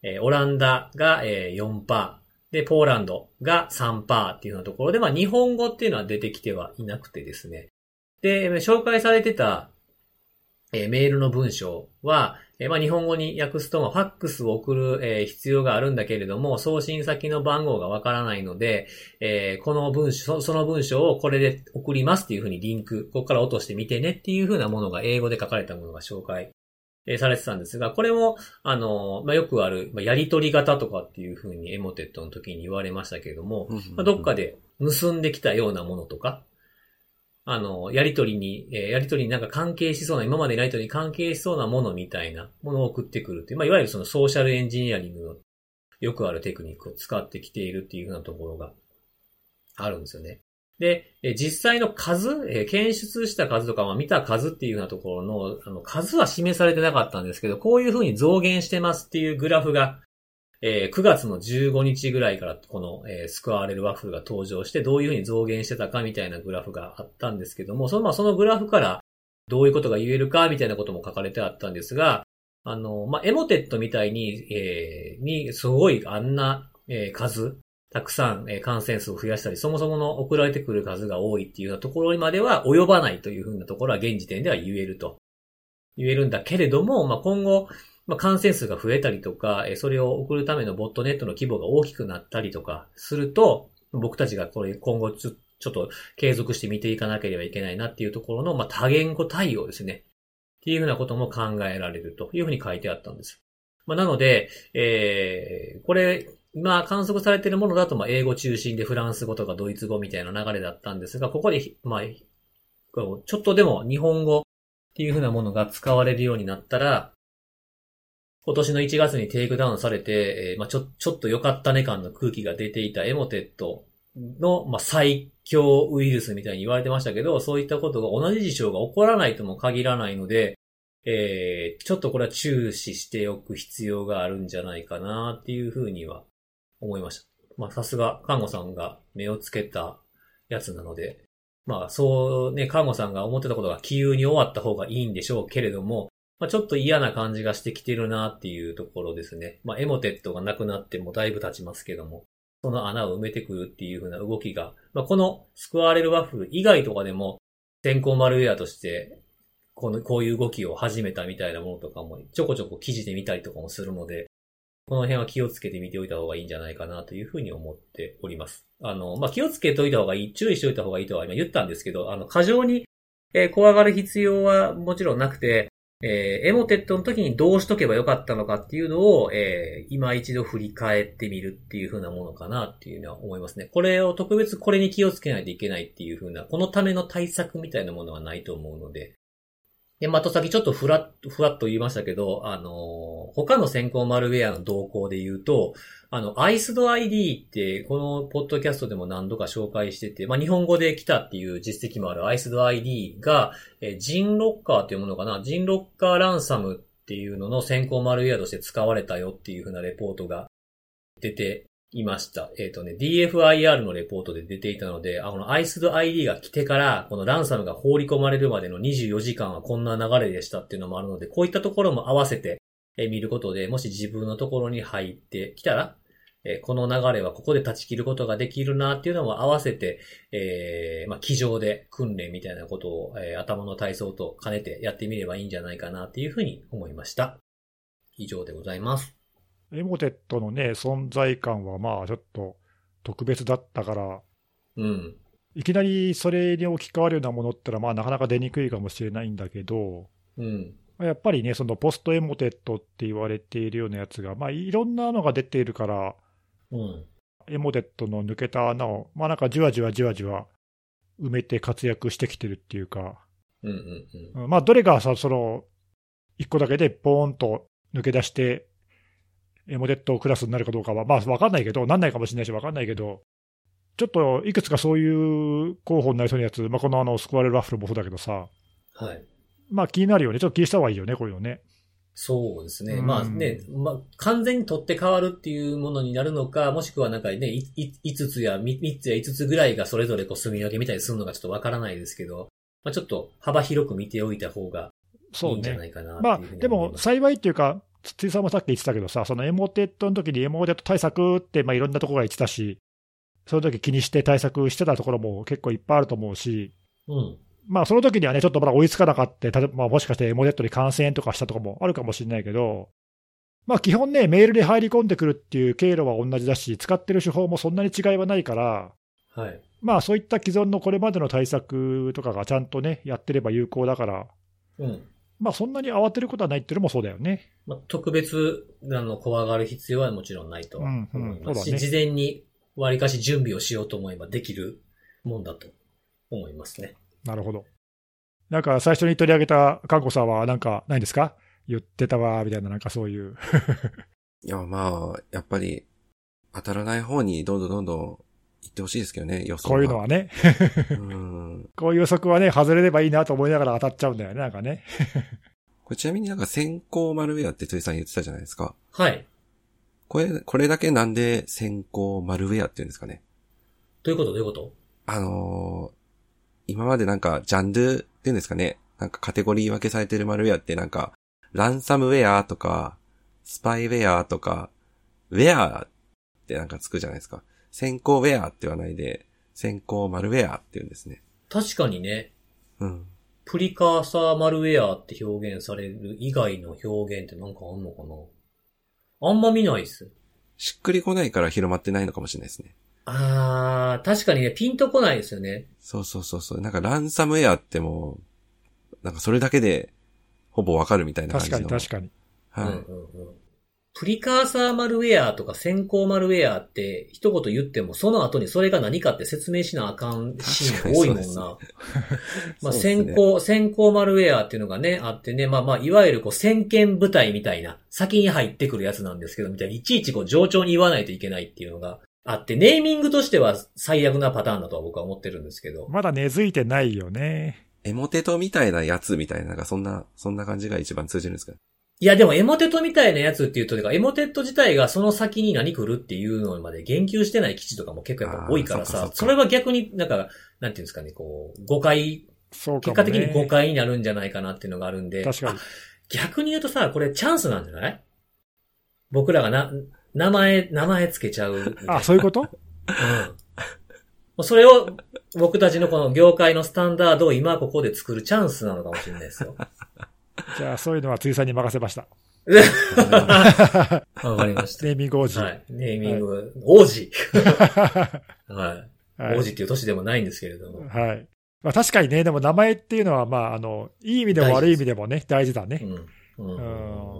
S1: えー、オランダが、えー、よんパーセント、で、ポーランドが さんパーセント っていうようなところで、まあ日本語っていうのは出てきてはいなくてですね。で、紹介されてた、えー、メールの文章は、えー、まあ日本語に訳すと、まあ、ファックスを送る、えー、必要があるんだけれども、送信先の番号がわからないので、えー、この文章、その文章をこれで送りますっていうふうにリンク、ここから落としてみてねっていうふうなものが英語で書かれたものが紹介えー、されてたんですが、これも、あの、まあ、よくある、まあ、やり取り型とかっていう風にエモテットの時に言われましたけれども、まあ、どっかで結んできたようなものとか、あの、やり取りに、えー、やり取りになんか関係しそうな、今までのやり取りに関係しそうなものみたいなものを送ってくるっていう、まあ、いわゆるそのソーシャルエンジニアリングのよくあるテクニックを使ってきているっていう風なところがあるんですよね。で、実際の数、検出した数とか、まあ、見た数っていうようなところの、あの、数は示されてなかったんですけど、こういう風に増減してますっていうグラフが、えー、くがつのじゅうごにちぐらいからこの、えー、スクワーレルワッフルが登場して、どういう風に増減してたかみたいなグラフがあったんですけども、その、まあ、そのグラフからどういうことが言えるかみたいなことも書かれてあったんですが、あの、まあ、エモテットみたいに、えー、に、すごいあんな、えー、数、たくさん感染数を増やしたり、そもそもの送られてくる数が多いっていうようなところにまでは及ばないというふうなところは現時点では言えると。言えるんだけれども、まあ、今後、まあ、感染数が増えたりとか、それを送るためのボットネットの規模が大きくなったりとかすると、僕たちがこれ今後ちょ、ちょっと継続して見ていかなければいけないなっていうところの、まあ、多言語対応ですね。っていうふうなことも考えられるというふうに書いてあったんです。まあ、なので、えー、これ、今観測されているものだと、まあ、英語中心でフランス語とかドイツ語みたいな流れだったんですが、ここで、まあ、ちょっとでも日本語っていう風なものが使われるようになったら、今年のいちがつにテイクダウンされて、えー、まあ、ちょ、ちょっと良かったね感の空気が出ていたエモテットの、まあ、最強ウイルスみたいに言われてましたけど、そういったことが同じ事象が起こらないとも限らないので、えー、ちょっとこれは注視しておく必要があるんじゃないかなっていう風には思いました。まあさすが看護さんが目をつけたやつなので、まあそうね、看護さんが思ってたことが気憂に終わった方がいいんでしょうけれども、まあちょっと嫌な感じがしてきてるなっていうところですね。まあエモテットがなくなってもだいぶ経ちますけども、その穴を埋めてくるっていう風な動きが、まあこのスクワーレルワッフル以外とかでも先行マルウェアとしてこの、こういう動きを始めたみたいなものとかもちょこちょこ記事で見たりとかもするので、この辺は気をつけて見ておいた方がいいんじゃないかなというふうに思っております。あの、まあ、気をつけておいた方がいい、注意しておいた方がいいとは今言ったんですけど、あの、過剰に、えー、怖がる必要はもちろんなくて、えー、エモテットの時にどうしとけばよかったのかっていうのを、えー、今一度振り返ってみるっていうふうなものかなっていうのは思いますね。これを特別これに気をつけないといけないっていうふうな、このための対策みたいなものはないと思うので、で、まあ、と先ちょっとふらっ、ふわっと言いましたけど、あのー、他の先行マルウェアの動向で言うと、あの、アイスド アイディー って、このポッドキャストでも何度か紹介してて、まあ、日本語で来たっていう実績もある アイスド アイディー が、え、ジンロッカーっていうものかな、ジンロッカーランサムっていうのの先行マルウェアとして使われたよっていう風なレポートが出ていました。えっとね、ディーエフアイアール のレポートで出ていたので、あの アイスド アイディー が来てから、このランサムが放り込まれるまでのにじゅうよじかんはこんな流れでしたっていうのもあるので、こういったところも合わせて見ることで、もし自分のところに入ってきたら、この流れはここで断ち切ることができるなっていうのも合わせて、えー、まあ、机上で訓練みたいなことを、えー、頭の体操と兼ねてやってみればいいんじゃないかなっていうふうに思いました。以上でございます。
S2: エモテットのね、存在感はまあちょっと特別だったから、
S1: うん。
S2: いきなりそれに置き換わるようなものってのはまあなかなか出にくいかもしれないんだけど、
S1: うん。
S2: やっぱりね、そのポストエモテットって言われているようなやつが、まあいろんなのが出ているから、
S1: うん。
S2: エモテットの抜けた穴を、まあなんかじわじわじわじわ埋めて活躍してきてるっていうか、
S1: うんうんうん。
S2: まあどれがさ、その一個だけでポーンと抜け出して、エモテットクラスになるかどうかは、まあ分かんないけど、なんないかもしれないし分かんないけど、ちょっといくつかそういう候補になりそうなやつ、まあ、このあのスクワレルワッフルもそうだけどさ、
S1: はい。
S2: まあ気になるよね、ちょっと気にした方がいいよね、こういうのね。
S1: そうですね。
S2: うん、
S1: まあね、まあ完全に取って変わるっていうものになるのか、もしくはなんかね、いいいつつやみっつやいつつぐらいがそれぞれこう住み分けみたいにするのがちょっとわからないですけど、まあちょっと幅広く見ておいた方がいいんじゃないかなっていうふうに思います。
S2: まあでも幸いっていうか、 筒井さんもさっき言ってたけどさ、そのエモテットの時にエモテット対策って、まあ、いろんなところが言ってたし、その時気にして対策してたところも結構いっぱいあると思うし、
S1: うん。
S2: まあその時にはね、ちょっとまだ追いつかなかった、例えばまあもしかしてエモテットに感染とかしたところもあるかもしれないけど、まあ基本ね、メールで入り込んでくるっていう経路は同じだし、使ってる手法もそんなに違いはないから、
S1: はい。
S2: まあそういった既存のこれまでの対策とかがちゃんとね、やってれば有効だから、
S1: うん。
S2: まあそんなに慌てることはないっていうのもそうだよね。
S1: まあ、特別、あの、怖がる必要はもちろんないとは思いますし、
S2: うんうんそうだね
S1: 事前に割かし準備をしようと思えばできるもんだと思いますね。
S2: なるほど。なんか最初に取り上げたかんこさんはなんかないんですか？言ってたわ、みたいななんかそういう。
S3: いや、まあ、やっぱり、当たらない方にどんどんどんどん行ってほしいですけどね、予想
S2: こういうのはね。
S3: うん
S2: こういう予測はね、外れればいいなと思いながら当たっちゃうんだよね、なんかね。
S3: これちなみになんか先行マルウェアって辻さん言ってたじゃないですか。
S1: はい。
S3: これ、これだけなんで先行マルウェアって言うんですかね。
S1: どういうことどういうこと
S3: あのー、今までなんかジャンルっていうんですかね。なんかカテゴリー分けされてるマルウェアってなんか、ランサムウェアとか、スパイウェアとか、ウェアってなんかつくじゃないですか。先行ウェアって言わないで、先行マルウェアって言うんですね。
S1: 確かにね、
S3: うん。
S1: プリカーサーマルウェアって表現される以外の表現ってなんかあんのかな？あんま見ないっす。
S3: しっくりこないから広まってないのかもしれないですね。
S1: あー、確かにね、ピンとこないですよね。
S3: そうそうそうそう。なんかランサムウェアってもう、なんかそれだけでほぼわかるみたいな感
S2: 確
S3: じの。
S2: かに確かに。
S3: はい。
S1: うんうんうん。プリカーサーマルウェアとか先行マルウェアって一言言ってもその後にそれが何かって説明しなあかんシーンが多いもんな。まあ先行、先行マルウェアっていうのがね、あってね、まあまあいわゆるこう先見部隊みたいな、先に入ってくるやつなんですけど、みたいにいちいちこう冗長に言わないといけないっていうのがあって、ネーミングとしては最悪なパターンだとは僕は思ってるんですけど。
S2: まだ根付いてないよね。
S3: エモテトみたいなやつみたいな、なんかそんな、そんな感じが一番通じるんですか？
S1: いやでもエモテットみたいなやつっていうと、エモテット自体がその先に何来るっていうのまで言及してない記事とかも結構やっぱ多いからさ、そ, それは逆になんか、なんていうんですかね、こう、誤解、
S2: そうかもね、
S1: 結果的に誤解になるんじゃないかなっていうのがあるんで、
S2: 確かに。
S1: 逆に言うとさ、これチャンスなんじゃない？僕らがな、名前、名前つけちゃうみたいな。
S2: あ、そういうこと？
S1: うん。それを僕たちのこの業界のスタンダードを今ここで作るチャンスなのかもしれないですよ。
S2: じゃあそういうのは辻さんに任せました。
S1: わかりました。
S2: ネーミング王子。
S1: はい。ネーミング、はい、王子。はい。
S2: はい、
S1: 王子っていう年でもないんですけれども。
S2: はい。まあ確かにね、でも名前っていうのは、まあ、あの、いい意味でも悪い意味でもね、大事だね。うん。うん、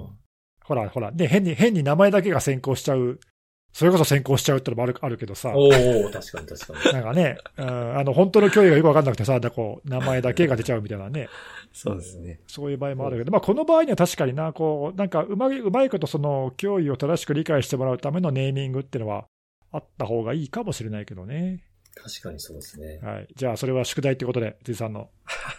S2: ほら、ほら、ね、変に、変に名前だけが先行しちゃう。それこそ先行しちゃうってのもある、あるけどさ。
S1: おお、確かに確かに。
S2: なんかね、うん、あの、本当の脅威がよくわかんなくてさ、だこう、名前だけが出ちゃうみたいなね。
S3: そうですね。
S2: そういう場合もあるけど、まあ、この場合には確かにな、こう、なんかうまい、うまいことその脅威を正しく理解してもらうためのネーミングっていうのはあった方がいいかもしれないけどね。
S1: 確かにそうですね。
S2: はい。じゃあ、それは宿題ってことで、辻さんの。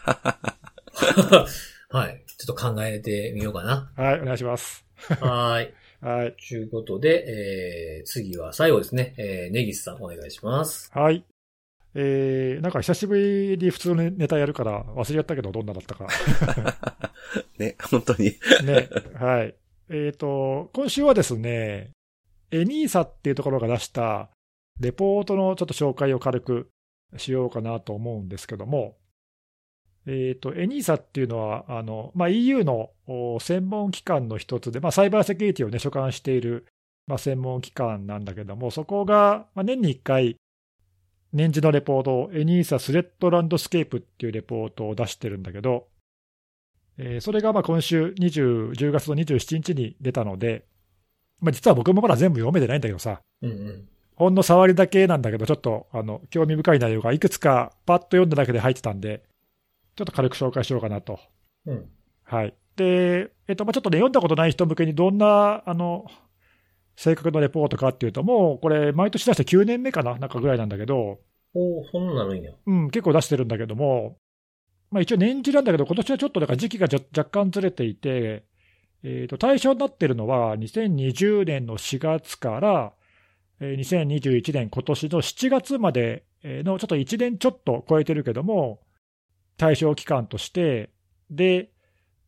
S1: はい。ちょっと考えてみようかな。
S2: はい、お願いします。
S1: はい。
S2: はい。
S1: ということで、えー、次は最後ですね。えー、根岸さんお願いします。
S2: はい。えー、なんか久しぶりに普通のネタやるから忘れちゃったけどどんなだったか。
S3: ね、本当に。
S2: ね、はい。えっと、今週はですね、エニーサっていうところが出したレポートのちょっと紹介を軽くしようかなと思うんですけども、えっと、エニーサっていうのは、あの、まあ、イーユー の専門機関の一つで、まあ、サイバーセキュリティをね、所管している、まあ、専門機関なんだけども、そこが、まあ、年にいっかい、年次のレポート、エニーサスレッドランドスケープっていうレポートを出してるんだけど、えー、それがまあ今週にじゅう、じゅうがつのにじゅうしちにちに出たので、まあ、実は僕もまだ全部読めてないんだけどさ、
S1: うんうん、
S2: ほんの触りだけなんだけど、ちょっとあの興味深い内容がいくつかパッと読んだだけで入ってたんで、ちょっと軽く紹介しようかなと。
S1: うん、
S2: はい。で、えっと、まあ、ちょっとね、読んだことない人向けにどんな、あの、正確なレポートかっていうと、もうこれ、毎年出してきゅうねんめかな、なんかぐらいなんだけど、
S1: おお、そんなのいいんや。
S2: うん、結構出してるんだけども、まあ、一応年次なんだけど、今年はちょっとだから時期が若干ずれていて、えっと、対象になってるのは、にせんにじゅうねんのしがつから、にせんにじゅういちねん、今年のしちがつまでの、ちょっといちねんちょっと超えてるけども、対象期間として、で、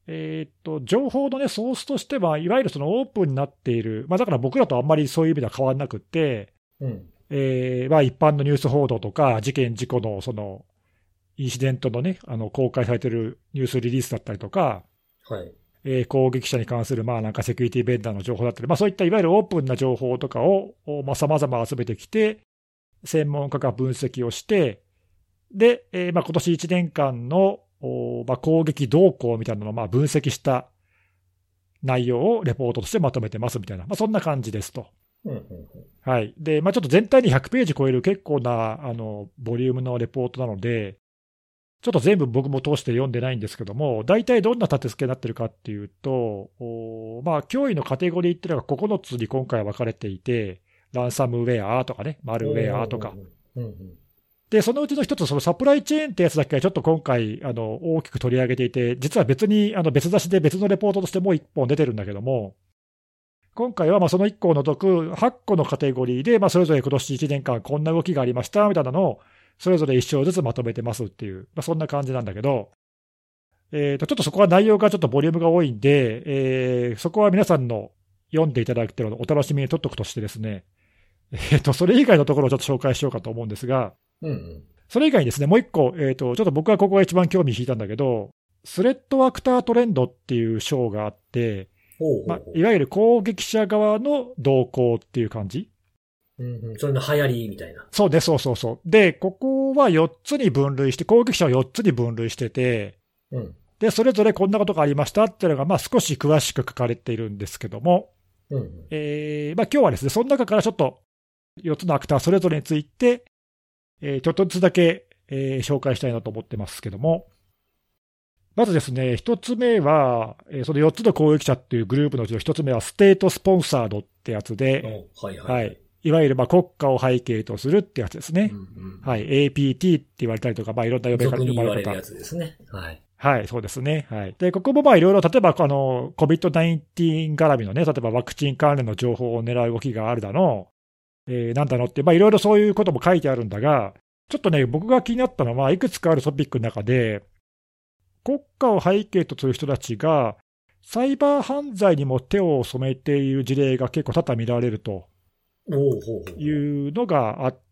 S2: えーっと、情報のね、ソースとしては、いわゆるそのオープンになっている、まあだから僕らとあんまりそういう意味では変わらなくって、
S1: うん。
S2: えーまあ一般のニュース報道とか、事件、事故のその、インシデントのね、あの、公開されてるニュースリリースだったりとか、
S1: はい。
S2: えー攻撃者に関する、まあなんかセキュリティベンダーの情報だったり、まあそういったいわゆるオープンな情報とかを、まあ様々集めてきて、専門家が分析をして、で、えーまあ今年いちねんかんの、おまあ、攻撃動向みたいなのをまあ分析した内容をレポートとしてまとめてますみたいな、まあそんな感じですと。
S1: うんうんうん。
S2: はい。で、まあちょっと全体にひゃくページ超える結構な、あの、ボリュームのレポートなので、ちょっと全部僕も通して読んでないんですけども、大体どんな立て付けになってるかっていうと、おまあ、脅威のカテゴリーっていうのがここのつに今回分かれていて、ランサムウェアとかね、マルウェアとか。
S1: うんうんうん。
S2: で、そのうちの一つ、そのサプライチェーンってやつだけはちょっと今回、あの、大きく取り上げていて、実は別に、あの、別出しで別のレポートとしてもう一本出てるんだけども、今回はまあそのいっこを除くはっこのカテゴリーで、まあそれぞれ今年いちねんかんこんな動きがありましたみたいなのを、それぞれいっ章ずつまとめてますっていう、まあ、そんな感じなんだけど、えーと、ちょっとそこは内容がちょっとボリュームが多いんで、えーそこは皆さんの読んでいただいてるのをお楽しみに取っておくとしてですね、えーと、それ以外のところをちょっと紹介しようかと思うんですが、
S1: うんうん。
S2: それ以外にですね、もう一個、えーと、ちょっと僕はここが一番興味引いたんだけど、スレッドアクタートレンドっていう章があって、
S1: ほうほうほう。
S2: まあ、いわゆる攻撃者側の動向っていう感じ。
S1: うんうん。それの流行りみたいな。
S2: そうです、そうそうそう。で、ここはよっつに分類して、攻撃者をよっつに分類してて、
S1: うん。
S2: で、それぞれこんなことがありましたっていうのが、まあ少し詳しく書かれているんですけども、
S1: うんうん。
S2: えー、まあ今日はですね、その中からちょっとよっつのアクターそれぞれについて、えー、ちょっとずつだけ、えー紹介したいなと思ってますけども、まずですね、一つ目は、えーそのよっつの攻撃者っていうグループのうちの一つ目は、ステートスポンサードってやつで、
S1: おはいはい。
S2: はい。いわゆるまあ国家を背景とするってやつですね。
S1: うんうん。
S2: はい。エーピーティー って言われたりとか、まあいろんな呼び方、
S1: 俗に
S2: 呼ばれ方
S1: 言われるや。つですね。はい。
S2: はい、そうですね。はい。で、ここもまあいろいろ、例えばあの、コビッドナインティーン 絡みのね、例えばワクチン関連の情報を狙う動きがあるだの、えー、なんだのって、まあいろいろそういうことも書いてあるんだが、ちょっとね、僕が気になったのは、いくつかあるトピックの中で、国家を背景とする人たちが、サイバー犯罪にも手を染めている事例が結構多々見られると
S1: おうほうほうほう。
S2: いうのがあって、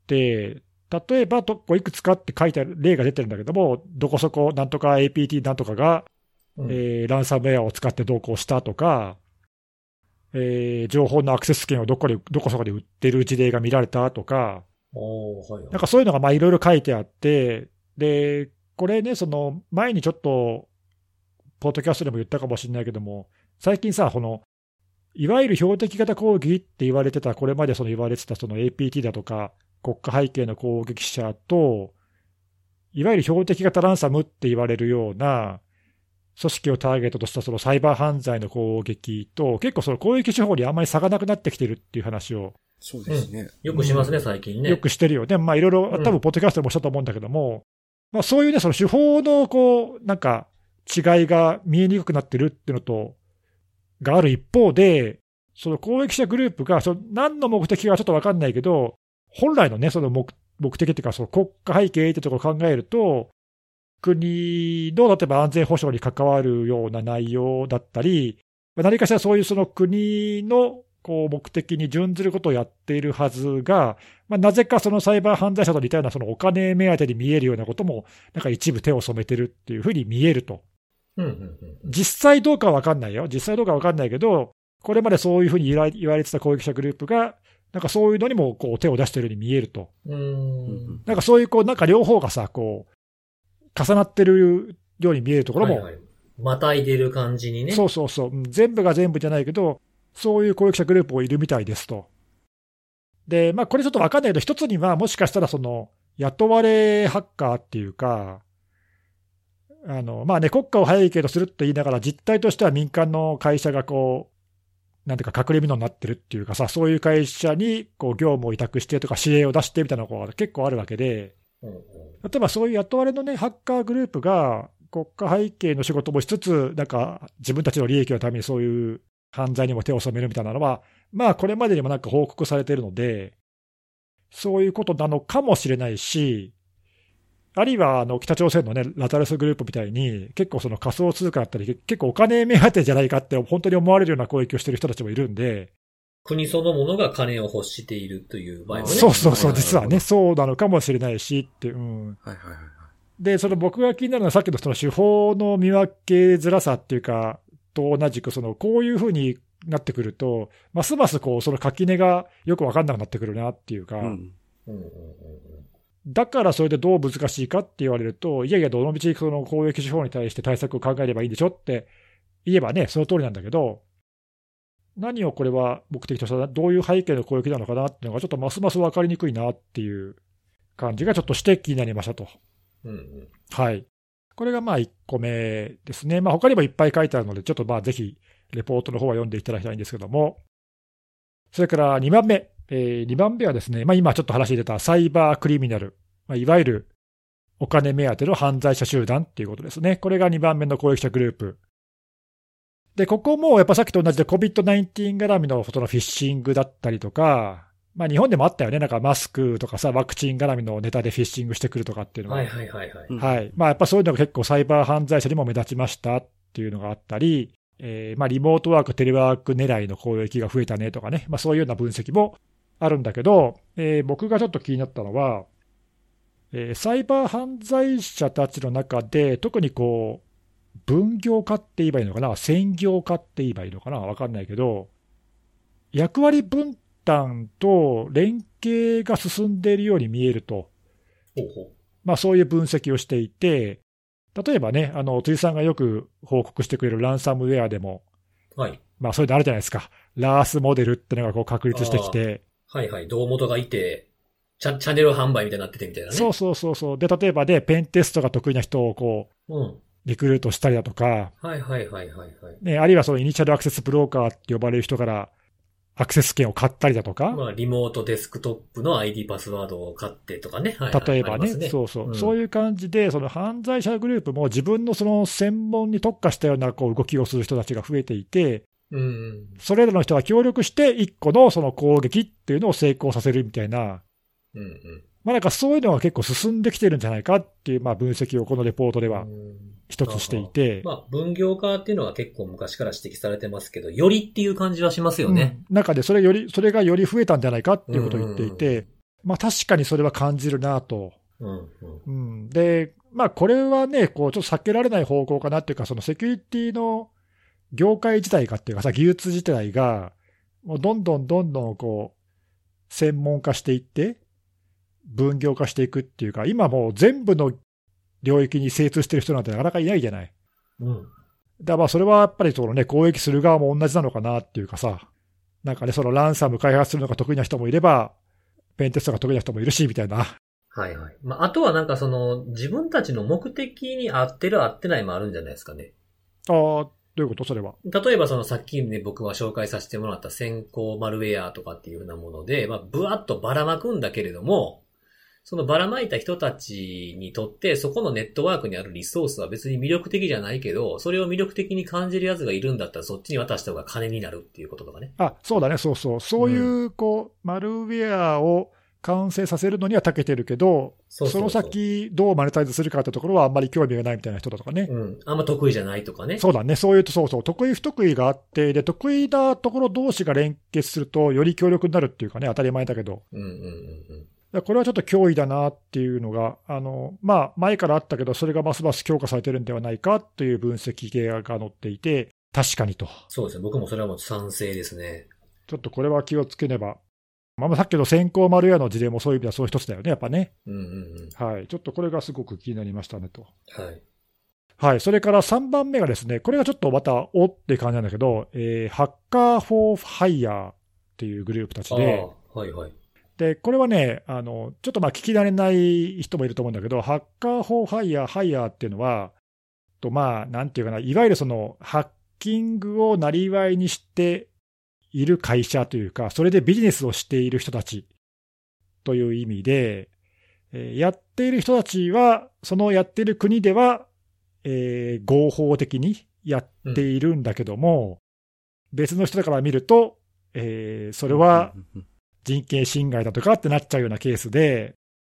S2: 例えばどこいくつかって書いてある例が出てるんだけども、どこそこなんとか エーピーティー なんとかが、
S1: うん
S2: えーランサムウェアを使って同行したとか、えー情報のアクセス権をどこでどこそこで売ってる事例が見られたとか、
S1: おーはいはい。
S2: なんかそういうのがまあいろいろ書いてあって、で、これね、その前にちょっと、ポッドキャストでも言ったかもしれないけども、最近さ、このいわゆる標的型攻撃って言われてた、これまでその言われてたその エーピーティー だとか、国家背景の攻撃者と、いわゆる標的型ランサムって言われるような、組織をターゲットとしたそのサイバー犯罪の攻撃と、結構その攻撃手法にあんまり差がなくなってきてるっていう話を、
S3: そうですね。
S1: よくしますね、最近ね。
S2: よくしてるよね。まあいろいろ、
S1: うん
S2: 多分ポッドキャストでもしたと思うんだけども、まあそういうね、その手法のこう、なんか違いが見えにくくなってるっていうのと、がある一方で、その攻撃者グループが、その何の目的かはちょっと分かんないけど、本来のね、その目目的っていうか、その国家背景ってところを考えると、国の例えば安全保障に関わるような内容だったり、まあ何かしらそういうその国のこう目的に準ずることをやっているはずが、まあ、なぜかそのサイバー犯罪者と似たようなそのお金目当てに見えるようなことも、なんか一部手を染めてるっていうふうに見えると。
S1: うんうんうんうん。
S2: 実際どうかは分かんないよ。実際どうかは分かんないけど、これまでそういうふうに言わ言われてた攻撃者グループが、なんかそういうのにもこう手を出しているように見えると。
S1: うーん。
S2: なんかそういうこう、なんか両方がさ、こう、重なってるように見えるところも、
S1: はいはい。またいでる感じにね。
S2: そうそうそう、うん全部が全部じゃないけど、そういう攻撃者グループもいるみたいですと。で、まあこれちょっと分かんないけど、一つにはもしかしたらその、雇われハッカーっていうか、あの、まあね、国家を背景とするって言いながら、実態としては民間の会社がこう、なんていうか隠れ蓑になってるっていうかさ、そういう会社にこう業務を委託してとか指令を出してみたいなのが結構あるわけで、
S1: うんうん。
S2: 例えばそういう雇われのね、ハッカーグループが国家背景の仕事もしつつ、なんか自分たちの利益のためにそういう犯罪にも手を染めるみたいなのは、まあこれまでにもなんか報告されているので、そういうことなのかもしれないし、 あるいはあの北朝鮮の、ね、ラタルスグループみたいに、結構その仮想通貨だったり、結構お金目当てじゃないかって本当に思われるような攻撃をしている人たちもいるんで、
S1: 国そのものが金を欲しているという場合もね。
S2: そうそうそう、実はね、そうなのかもしれないしって、うん。
S3: はいはいはい。
S2: で、その僕が気になるのは、さっきのその手法の見分けづらさっていうか、と同じく、そのこういうふうになってくると、ますますこうその垣根がよく分かんなくなってくるなっていうか、うんうんうんうん、だからそれでどう難しいかって言われると、いやいや、どのみちその攻撃手法に対して対策を考えればいいんでしょって言えばね、その通りなんだけど、何をこれは目的としたら、どういう背景の攻撃なのかなっていうのが、ちょっとますます分かりにくいなっていう感じがちょっとして気になりましたと。うんうん、はい。これがまあいっこめですね。まあ他にもいっぱい書いてあるので、ちょっとまあぜひ、レポートの方は読んでいただきたいんですけども、それからにばんめ、えー、にばんめはですね、まあ今ちょっと話に出たサイバークリミナル、まあ、いわゆるお金目当ての犯罪者集団っていうことですね。これがにばんめの攻撃者グループ。で、ここもやっぱさっきと同じで コビッドナインティーン 絡みのそのフィッシングだったりとか、まあ日本でもあったよね。なんかマスクとかさ、ワクチン絡みのネタでフィッシングしてくるとかっていうのは。
S1: はいはいはいはい。
S2: はい。まあやっぱそういうのが結構サイバー犯罪者にも目立ちましたっていうのがあったり、えー、まあリモートワーク、テレワーク狙いの攻撃が増えたねとかね。まあそういうような分析もあるんだけど、えー、僕がちょっと気になったのは、えー、サイバー犯罪者たちの中で特にこう、分業化って言えばいいのかな、専業化って言えばいいのかな、わかんないけど、役割分担と連携が進んでいるように見えると、
S1: ほうほう、
S2: まあ、そういう分析をしていて、例えばね、あの辻さんがよく報告してくれるランサムウェアでも、
S1: はい、
S2: まあ、それであるじゃないですか、ラースモデルってのがこう確立してきて、
S1: はいはい、胴元がいて、チャ、チャンネル販売みたいになっててみたいなね。
S2: そうそうそうそう、で例えばね、ペンテストが得意な人をこう、うんリクルートしたりだとか、
S1: はいはいはいはい、はい
S2: ね、あるいはそのイニシャルアクセスブローカーって呼ばれる人からアクセス権を買ったりだとか、
S1: まあ、リモートデスクトップの アイディー パスワードを買ってとかね、はいはい、
S2: 例えば ね, ねそうそう、うん、そういう感じで、その犯罪者グループも自分のその専門に特化したようなこう動きをする人たちが増えていて、うん、それらの人が協力していっこのその攻撃っていうのを成功させるみたいな。うんうんまあ、なんかそういうのが結構進んできてるんじゃないかっていうまあ分析をこのレポートでは一つしていて、
S1: まあ、分業化っていうのは結構昔から指摘されてますけど、よりっていう感じはしますよね。
S2: うん、中でそれよりそれがより増えたんじゃないかっていうことを言っていて、まあ確かにそれは感じるなと。うんうんうん、で、まあこれはね、こうちょっと避けられない方向かなっていうか、そのセキュリティの業界自体がっていうかさ、技術自体がもうどんどんどんどんこう専門化していって。分業化していくっていうか、今もう全部の領域に精通してる人なんてなかなかいないじゃない。うん。だからまあそれはやっぱりそのね、攻撃する側も同じなのかなっていうかさ、なんかね、そのランサム開発するのが得意な人もいれば、ペンテストが得意な人もいるし、みたいな。
S1: はいはい。まあ、あとはなんかその、自分たちの目的に合ってる合ってないもあるんじゃないですかね。
S2: ああ、どういうことそれは。
S1: 例えばそのさっきね、僕は紹介させてもらった先行マルウェアとかっていうようなもので、まあ、ぶわっとばらまくんだけれども、そのばらまいた人たちにとって、そこのネットワークにあるリソースは別に魅力的じゃないけど、それを魅力的に感じる奴がいるんだったら、そっちに渡した方が金になるっていうこととかね。
S2: あ、そうだね、そうそう。そういう、こう、マルウェアを完成させるのには長けてるけど、そうそうそう、その先どうマネタイズするかってところはあんまり興味がないみたいな人だとかね。
S1: うん。あんま得意じゃないとかね。
S2: そうだね。そういうと、そうそう。得意不得意があって、で、得意なところ同士が連結すると、より強力になるっていうかね、当たり前だけど。うんうんうんうん。これはちょっと脅威だなっていうのが、あの、まあ、前からあったけど、それがますます強化されてるんではないかという分析が載っていて、確かにと。
S1: そうですね。僕もそれはもう賛成ですね。
S2: ちょっとこれは気をつけねば。まあ、さっきの先行マルウェアの事例もそういう意味ではそう一つだよね、やっぱね。うんうんうん。はい。ちょっとこれがすごく気になりましたねと。はい。はい。それからさんばんめがですね、これがちょっとまたおって感じなんだけど、えー、ハッカー・フォー・ハイヤーっていうグループたちで、
S1: あ、はいはい。
S2: で、これはね、あの、ちょっとまあ聞き慣れない人もいると思うんだけど、ハッカー・フォー・ハイヤー、ハイヤーっていうのは、とまあ、なんていうかな、いわゆるその、ハッキングをなりわいにしている会社というか、それでビジネスをしている人たちという意味で、えー、やっている人たちは、そのやっている国では、えー、合法的にやっているんだけども、うん、別の人から見ると、えー、それは、人権侵害だとかってなっちゃうようなケースで、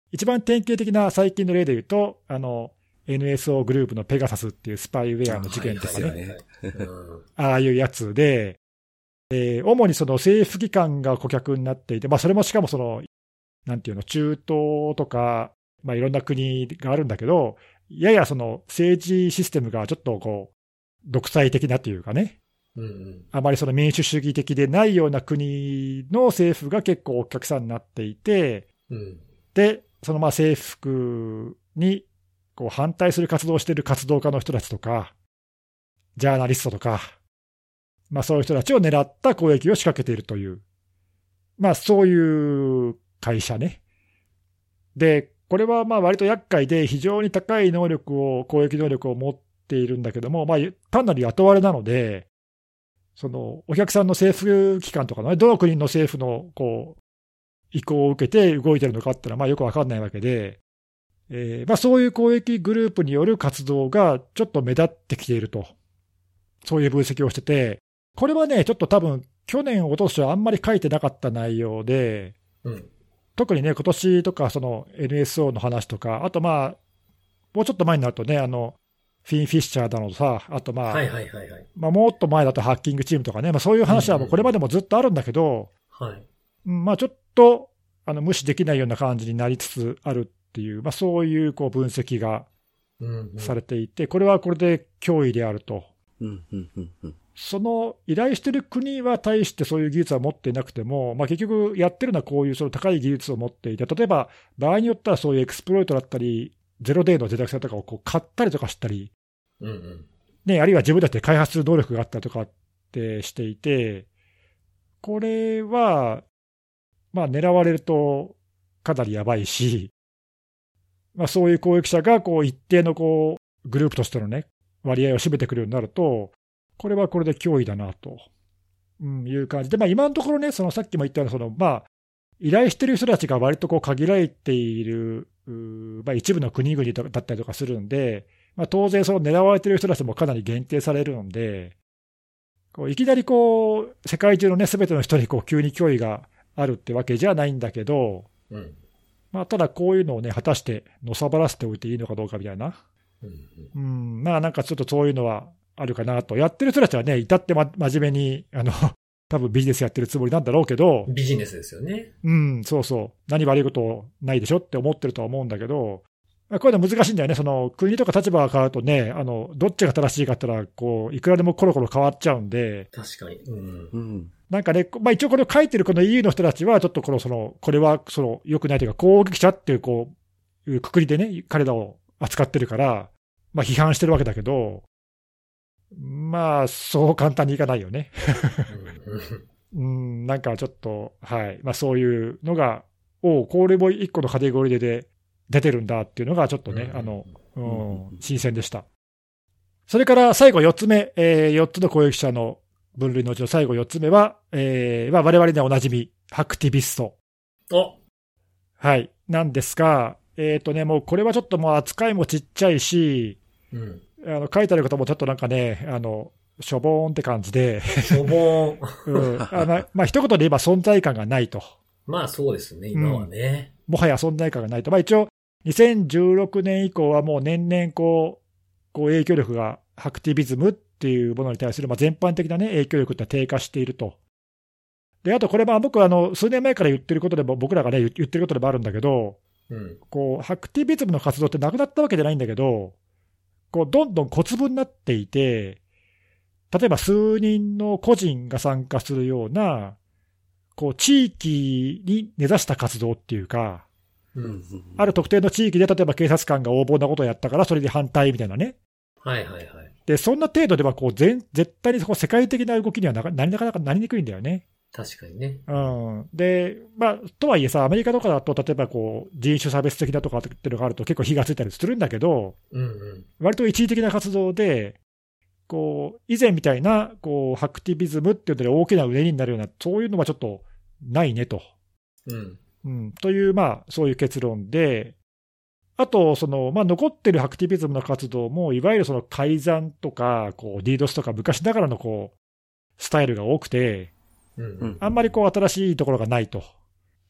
S2: 一番典型的な最近の例で言うと、あの、エヌエスオー グループのペガサスっていうスパイウェアの事件とかね、ああいうやつで、えー、主にその政府機関が顧客になっていて、まあそれもしかもその、なんていうの、中東とか、まあいろんな国があるんだけど、ややその政治システムがちょっとこう、独裁的なというかね、うんうん、あまりその民主主義的でないような国の政府が結構お客さんになっていて、うん、で、そのまあ政府にこう反対する活動をしている活動家の人たちとか、ジャーナリストとか、まあそういう人たちを狙った攻撃を仕掛けているという、まあそういう会社ね。で、これはまあ割と厄介で非常に高い能力を、攻撃能力を持っているんだけども、まあ単なる雇われなので、そのお客さんの政府機関とかのね、どの国の政府のこう意向を受けて動いてるのかっていうのはまあよくわかんないわけで、えー、まあそういう攻撃グループによる活動がちょっと目立ってきていると、そういう分析をしてて、これはね、ちょっと多分去年、おととしはあんまり書いてなかった内容で、うん、特にね、今年とかその エヌエスオー の話とか、あとまあ、もうちょっと前になるとね、あのフィン・フィッシャーだのさ、あとまあ、はいはいはいはい、まあ、もっと前だとハッキングチームとかね、まあ、そういう話はもうこれまでもずっとあるんだけど、はいうん、まあちょっとあの無視できないような感じになりつつあるっていう、まあ、そういうこう分析がされていて、これはこれで脅威であると。うんうんうんうん、その依頼している国は大してそういう技術は持っていなくても、まあ、結局やってるのはこういうその高い技術を持っていて、例えば場合によってはそういうエクスプロイトだったり、ゼロデーの脆弱性とかをこう買ったりとかしたり、うんうんね、あるいは自分たちで開発する能力があったりとかってしていて、これは、まあ、狙われるとかなりやばいし、まあ、そういう攻撃者がこう一定のこうグループとしてのね、割合を占めてくるようになると、これはこれで脅威だなと、うん、いう感じで、まあ、今のところね、そのさっきも言ったようなその、まあ、依頼している人たちが割とこう限られている、まあ、一部の国々だったりとかするんで、まあ、当然、その狙われている人たちもかなり限定されるんで、こういきなりこう世界中のね、すべての人にこう急に脅威があるってわけじゃないんだけど、うんまあ、ただこういうのをね、果たしてのさばらせておいていいのかどうかみたいな。うん、うん、まあなんかちょっとそういうのはあるかなと。やってる人たちはね、至って、ま、真面目に、あの、多分ビジネスやってるつもりなんだろうけど。
S1: ビジネスですよね。
S2: うん、そうそう。何悪いことないでしょって思ってるとは思うんだけど、こういうの難しいんだよね。その国とか立場が変わるとね、あの、どっちが正しいかって言ったら、こう、いくらでもコロコロ変わっちゃうんで。
S1: 確かに。うん。
S2: なんかね、まあ一応これを書いてるこの イーユー の人たちは、ちょっとこの、その、これは、その、良くないというか、攻撃者っていう、こう、いうくくりでね、彼らを扱ってるから、まあ批判してるわけだけど、まあ、そう簡単にいかないよね。うん、なんかちょっと、はい。まあそういうのが、おこれも一個のカテゴリーで出てるんだっていうのが、ちょっとね、あの、うん、新鮮でした。それから最後よっつめ、えー、よっつの攻撃者の分類のうちの最後よっつめは、えー、まあ我々にはおなじみ、ハクティビスト。
S1: お
S2: はい。なんですが、えっとね、もうこれはちょっともう扱いもちっちゃいし、うんあの書いてあることもちょっとなんかね、あの、しょぼーんって感じで。
S1: しょぼーん。
S2: うん。あの、まあ、一言で言えば存在感がないと。
S1: まあそうですね、今はね。
S2: うん、もはや存在感がないと。まあ一応、にせんじゅうろくねん以降はもう年々こう、こう影響力が、ハクティビズムっていうものに対する、まあ全般的なね、影響力って低下していると。で、あとこれまあ僕はあの、数年前から言ってることでも、僕らがね、言ってることでもあるんだけど、うん、こう、ハクティビズムの活動ってなくなったわけじゃないんだけど、こうどんどん小粒になっていて、例えば数人の個人が参加するような、こう地域に根ざした活動っていうか、うんうんうん、ある特定の地域で例えば警察官が横暴なことをやったからそれに反対みたいなね。
S1: はいはいはい。
S2: で、そんな程度ではこう全絶対にこう世界的な動きにはなかなかなかなりにくいんだよね。
S1: 確かにね。
S2: うん。で、まあ、とはいえさ、アメリカとかだと、例えばこう、人種差別的なとかっていうのがあると結構火がついたりするんだけど、うんうん、割と一時的な活動で、こう、以前みたいな、こう、ハクティビズムっていうので大きなうねりになるような、そういうのはちょっとないねと。うん。うん。という、まあ、そういう結論で、あと、その、まあ、残ってるハクティビズムの活動も、いわゆるその改ざんとか、こう、ディードス とか昔ながらのこう、スタイルが多くて、うんうん、あんまりこう新しいところがないと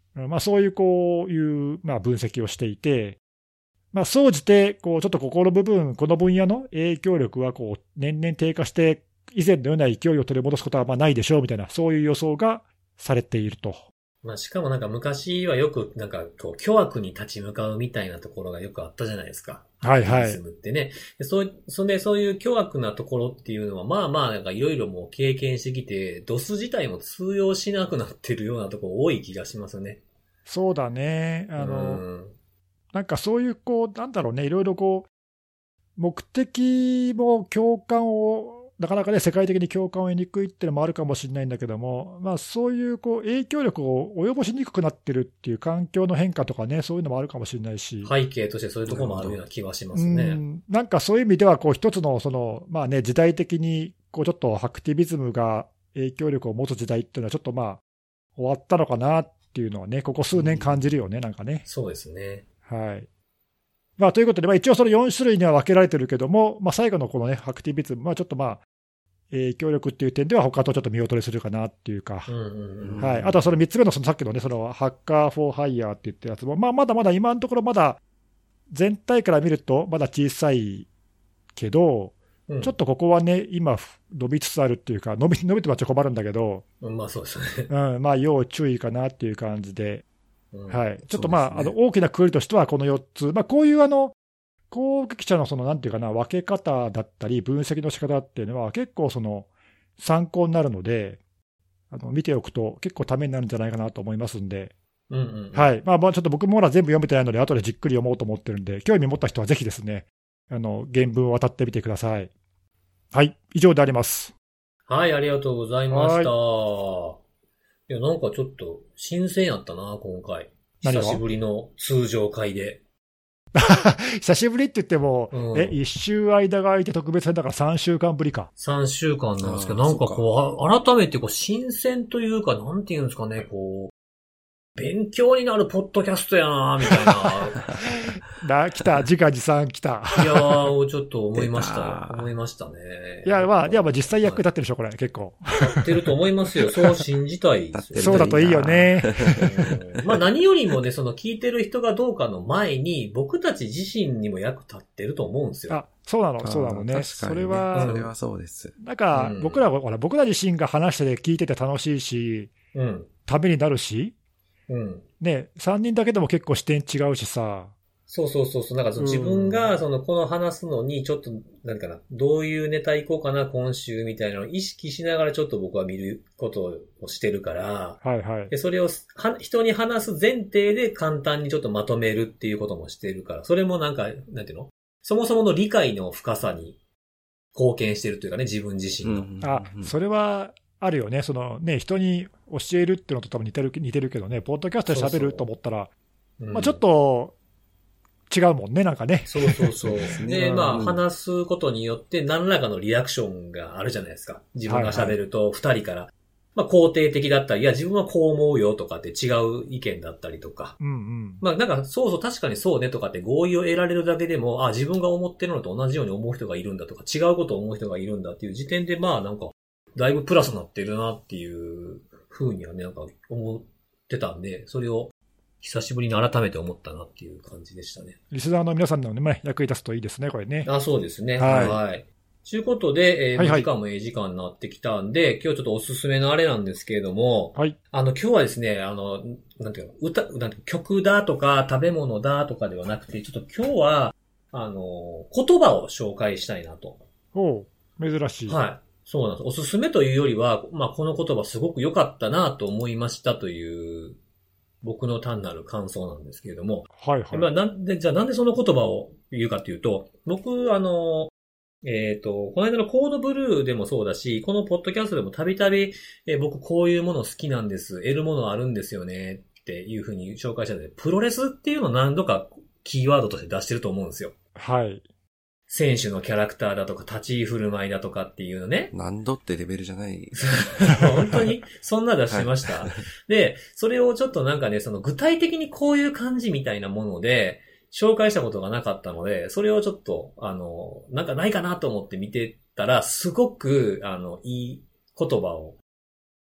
S2: まあ、そういうこういう、まあ、分析をしていて、まあ、総じてこうちょっとここの部分、この分野の影響力はこう年々低下して、以前のような勢いを取り戻すことはまあないでしょうみたいな、そういう予想がされていると。
S1: まあしかもなんか昔はよくなんかこう巨悪に立ち向かうみたいなところがよくあったじゃないですか。
S2: はいはい。
S1: アクティビズムってね。でそう、そんでそういう巨悪なところっていうのはまあまあなんかいろいろもう経験してきて、ドス自体も通用しなくなってるようなところ多い気がしますね。
S2: そうだね。あの、
S1: うん、
S2: なんかそういうこう、なんだろうね、いろいろこう、目的も共感を、なかなかね、世界的に共感を得にくいっていうのもあるかもしれないんだけども、まあ、そういうこう影響力を及ぼしにくくなってるっていう環境の変化とかね、そういうのもあるかもしれないし、
S1: 背景としてそういうところもあるような気がしますね。
S2: うん、なんかそういう意味ではこう、一つのその、まあね、時代的にこうちょっとアクティビズムが影響力を持つ時代っていうのは、ちょっとまあ、終わったのかなっていうのはね、ここ数年感じるよね、なんかね。
S1: そうですね。
S2: はい。まあ、ということで、まあ、一応そのよん種類には分けられてるけども、まあ、最後のこのね、アクティビズムはちょっとまあ、影響力っていう点では他とちょっと見劣りするかなっていうか。
S1: うんうんうん、
S2: はい。あとはそのみっつめのそのさっきのね、そのハッカー・フォー・ハイヤーって言ったやつも、まあ、まだまだ今のところまだ全体から見るとまだ小さいけど、うん、ちょっとここはね、今伸びつつあるっていうか、伸び、伸びてばっちゃ困るんだけど、
S1: うん、まあそうですね。
S2: うん、まあ要注意かなっていう感じで、
S1: うん、
S2: はい。ちょっとまあ、ね、あの大きなくくりとしてはこのよっつ、まあこういうあの、攻撃者のそのなんていうかな、分け方だったり、分析の仕方っていうのは結構その参考になるので、あの見ておくと結構ためになるんじゃないかなと思いますんで、
S1: うんうんうん、
S2: はい。まあ、まあちょっと僕もまだ全部読めてないので、後でじっくり読もうと思ってるんで、興味持った人はぜひですね、あの、原文を渡ってみてください。はい。以上であります。
S1: はい、ありがとうございました。いや、なんかちょっと新鮮やったな、今回。久しぶりの通常会で。
S2: 久しぶりって言っても、うん、え、一週間が空いて特別編だからさんしゅうかんぶりか。
S1: さんしゅうかんなんですけど、なんかこう、改めてこう、新鮮というか、なんていうんですかね、こう、勉強になるポッドキャストやなみたいな。
S2: な、来た、自画自賛来た。
S1: いやー、ちょっと思いました。思いましたね。
S2: いや、まあ、いや、まあ実際役立ってるでしょ、これ、結構。
S1: 立ってると思いますよ。そう信じたい。
S2: そうだといいよね。
S1: まあ何よりもね、その聞いてる人がどうかの前に、僕たち自身にも役立ってると思うんですよ。
S2: あ、そうなの、そうなのね。
S3: 確かにね。
S2: それは、
S3: それはそうです。
S2: なんか、僕らは、ほら、僕ら自身が話してて聞いてて楽しいし、
S1: うん、た
S2: めになるし、
S1: うん。
S2: ね、さんにんだけでも結構視点違うしさ。
S1: そうそうそうそう。なんかその自分が、その、この話すのに、ちょっと、何かな、どういうネタいこうかな、今週みたいなのを意識しながらちょっと僕は見ることをしてるから、
S2: はいはい。
S1: で、それをは人に話す前提で簡単にちょっとまとめるっていうこともしてるから、それもなんか、なんていうの？そもそもの理解の深さに貢献してるというかね、自分自身の。うんうんうん、
S2: あ、それは、あるよね。そのね、人に教えるっていうのと多分似てる、似てるけどね、ポッドキャストで喋ると思ったら、そうそう、まあ、ちょっと違うもんね、なんかね。
S1: そうそうそう。で、まあ、話すことによって何らかのリアクションがあるじゃないですか。自分が喋ると二人から、はいはい、まあ、肯定的だったり、いや、自分はこう思うよとかって違う意見だったりとか。
S2: うんうん。
S1: まあ、なんか、そうそう確かにそうねとかって合意を得られるだけでも、あ、自分が思ってるのと同じように思う人がいるんだとか、違うことを思う人がいるんだっていう時点で、まあ、なんか、だいぶプラスになってるなっていう風にはね、なんか思ってたんで、それを久しぶりに改めて思ったなっていう感じでしたね。
S2: リスナーの皆さんのね、役に立つといいですね、これね。
S1: あ、そうですね。
S2: はい。
S1: はい。ということで、えーはいはい、時間もええ時間になってきたんで、今日ちょっとおすすめのあれなんですけれども、
S2: はい。
S1: あの、今日はですね、あの、なんていうの、歌、なんていうの、曲だとか食べ物だとかではなくて、ちょっと今日は、あの、言葉を紹介したいなと。
S2: おう、珍しい。
S1: はい。そうなんです。おすすめというよりは、まあ、この言葉すごく良かったなと思いましたという、僕の単なる感想なんですけれども。
S2: はいはい。
S1: まあ、なんで、じゃあなんでその言葉を言うかというと、僕、あの、えっと、この間のコードブルーでもそうだし、このポッドキャストでもたびたび、えー、僕こういうもの好きなんです。得るものあるんですよね。っていうふうに紹介したので、プロレスっていうのを何度かキーワードとして出してると思うんですよ。
S2: はい。
S1: 選手のキャラクターだとか、立ち居振る舞いだとかっていうのね。
S3: 何度ってレベルじゃない。
S1: 本当にそんな出してました、はい、で、それをちょっとなんかね、その具体的にこういう感じみたいなもので、紹介したことがなかったので、それをちょっと、あの、なんかないかなと思って見てたら、すごく、あの、いい言葉を、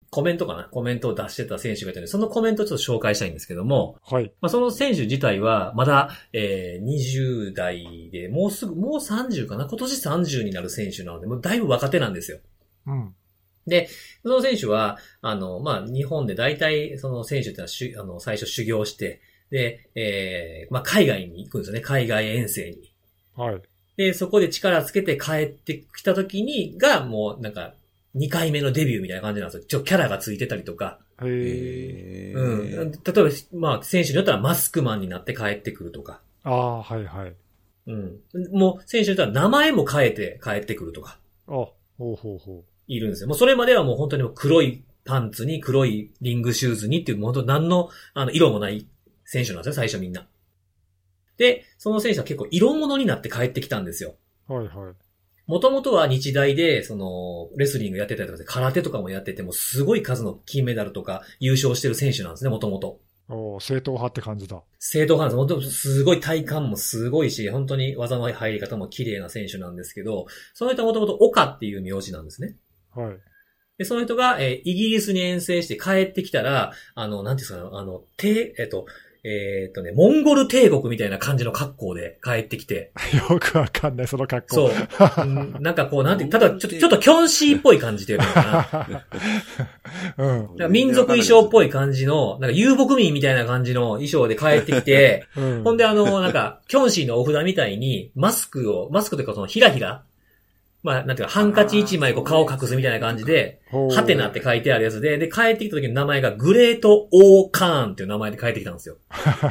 S1: コメントかなコメントを出してた選手がいたので、そのコメントをちょっと紹介したいんですけども、
S2: はい。
S1: まあ、その選手自体は、まだ、えー、にじゅう代で、もうすぐ、もうさんじゅうかな今年さんじゅうになる選手なので、もうだいぶ若手なんですよ。
S2: うん。
S1: で、その選手は、あの、まあ、日本で大体、その選手ってのはしゅ、あの、最初修行して、で、えー、まあ、海外に行くんですよね。海外遠征に。
S2: はい。で、
S1: そこで力つけて帰ってきた時に、が、もう、なんか、にかいめのデビューみたいな感じなんですよ。ちょ、キャラがついてたりとか。
S2: へ
S1: ー。うん。例えば、まあ、選手によってはマスクマンになって帰ってくるとか。
S2: ああ、はいはい。
S1: うん。もう、選手によっては名前も変えて帰ってくるとか。
S2: あ、ほうほうほう。
S1: いるんですよ。もうそれまではもう本当に黒いパンツに黒いリングシューズにっていう、もう本当何の、あの、色もない選手なんですよ、最初みんな。で、その選手は結構色物になって帰ってきたんですよ。
S2: はいはい。
S1: もともとは日大で、その、レスリングやってたりとか、空手とかもやってて、もうすごい数の金メダルとか優勝してる選手なんですね、もともと。
S2: おー、正統派って感じだ。
S1: 正統派なんです。もともとすごい体幹もすごいし、本当に技の入り方も綺麗な選手なんですけど、その人はもともと岡っていう名字なんですね。
S2: はい。
S1: で、その人が、えー、イギリスに遠征して帰ってきたら、あの、なんていうんですかね、あの、て、えっと、えーっとね、モンゴル帝国みたいな感じの格好で帰ってきて。
S2: よくわかんない、その格好。
S1: そう。うん、なんかこう、なんて、ただちょっと、ちょっとキョンシーっぽい感じというのかな。うん。なんか民族衣装っぽい感じの、なんか遊牧民みたいな感じの衣装で帰ってきて、うん、ほんであの、なんか、キョンシーのお札みたいに、マスクを、マスクというかそのひらひらまあ、なんていうか、ハンカチ一枚こう顔隠すみたいな感じで、ハテナって書いてあるやつで、で、帰ってきた時の名前がグレート・オー・カーンっていう名前で帰ってきたんですよ。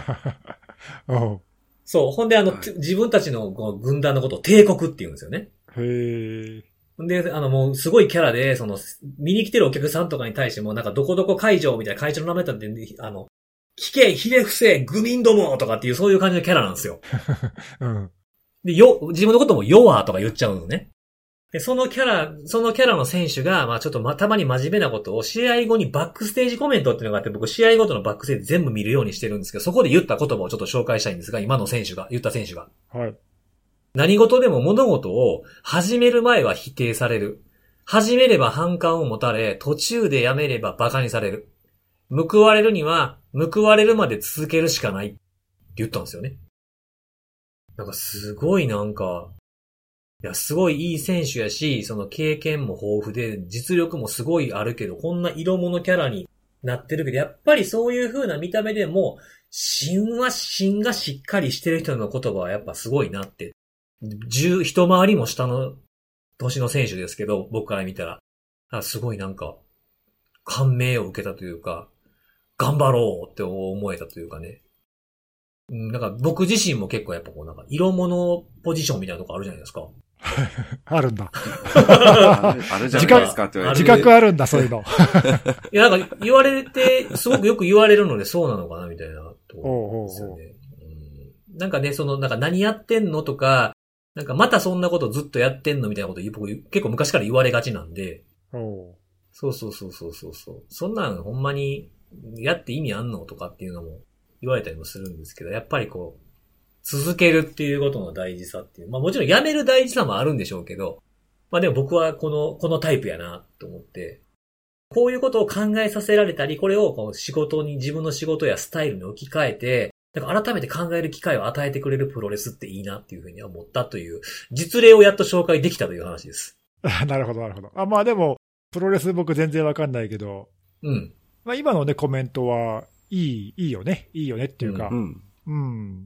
S1: そう。ほんで、あの、はい、自分たちの軍団のことを帝国って言うんですよね。
S2: へ
S1: ー。で、あの、もう、すごいキャラで、その、見に来てるお客さんとかに対しても、なんか、どこどこ会場みたいな会長の名前だって、あの、聞け、ひれ伏せ、愚民どもとかっていう、そういう感じのキャラなんですよ。うん。で、よ、自分のことも弱とか言っちゃうのね。で、そのキャラ、そのキャラの選手が、まあちょっとま、たまに真面目なことを試合後にバックステージコメントっていうのがあって、僕試合ごとのバックステージ全部見るようにしてるんですけど、そこで言った言葉をちょっと紹介したいんですが、今の選手が、言った選手が。
S2: はい。
S1: 何事でも物事を始める前は否定される。始めれば反感を持たれ、途中でやめれば馬鹿にされる。報われるには、報われるまで続けるしかない。って言ったんですよね。なんかすごいなんか、いや、すごいいい選手やし、その経験も豊富で、実力もすごいあるけど、こんな色物キャラになってるけど、やっぱりそういう風な見た目でも、芯は芯がしっかりしてる人の言葉はやっぱすごいなって。十、一回りも下の年の選手ですけど、僕から見たら。あ、すごいなんか、感銘を受けたというか、頑張ろうって思えたというかね。なんか僕自身も結構やっぱこうなんか色物ポジションみたいなとこあるじゃないですか。
S2: あるんだ。
S3: あるじゃないですかって言われて。
S2: 自覚あるんだ、そういうの。
S1: いや、なんか言われて、すごくよく言われるのでそうなのかなみたいなところですよね。うん。なんかね、その、なんか何やってんのとか、なんかまたそんなことずっとやってんのみたいなこと僕結構昔から言われがちなんで。
S2: お
S1: そうそうそうそうそうそう。そんなんほんまにやって意味あんのとかっていうのも言われたりもするんですけど、やっぱりこう、続けるっていうことの大事さっていう。まあもちろんやめる大事さもあるんでしょうけど、まあでも僕はこの、このタイプやなと思って、こういうことを考えさせられたり、これをこう仕事に、自分の仕事やスタイルに置き換えて、だから改めて考える機会を与えてくれるプロレスっていいなっていうふうに思ったという、実例をやっと紹介できたという話です。
S2: なるほど、なるほど。あ、まあでも、プロレス僕全然わかんないけど、
S1: うん。
S2: まあ今のね、コメントはいい、いいよね。いいよねっていうか、
S3: うん
S2: うん、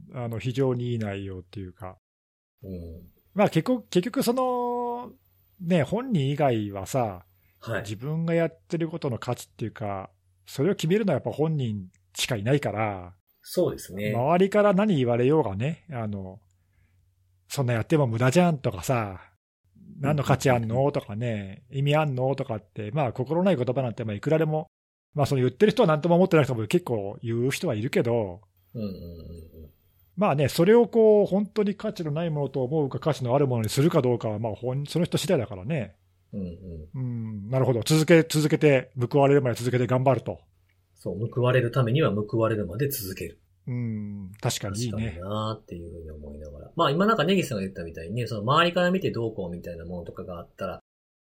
S2: あの、非常にいい内容っていうか。
S1: うん、
S2: まあ結局、結局その、ね、本人以外はさ、
S1: はい、
S2: 自分がやってることの価値っていうか、それを決めるのはやっぱ本人しかいないから、
S1: そうですね。
S2: 周りから何言われようがね、あの、そんなやっても無駄じゃんとかさ、何の価値あんのとかね、意味あんのとかって、まあ心ない言葉なんてまあいくらでも、まあその言ってる人は何とも思ってない人も結構言う人はいるけど、
S1: うんうんうん、
S2: まあね、それをこう本当に価値のないものと思うか価値のあるものにするかどうかはまあほんその人次第だからね。
S1: うんうん
S2: うん、なるほど。続け続けて報われるまで続けて頑張ると。
S1: そう、報われるためには報われるまで続ける。
S2: うん、確かにいいね。
S1: 確かになーっていうふうに思いながら。まあ今なんかネギさんが言ったみたいにね、その周りから見てどうこうみたいなものとかがあったら、まあ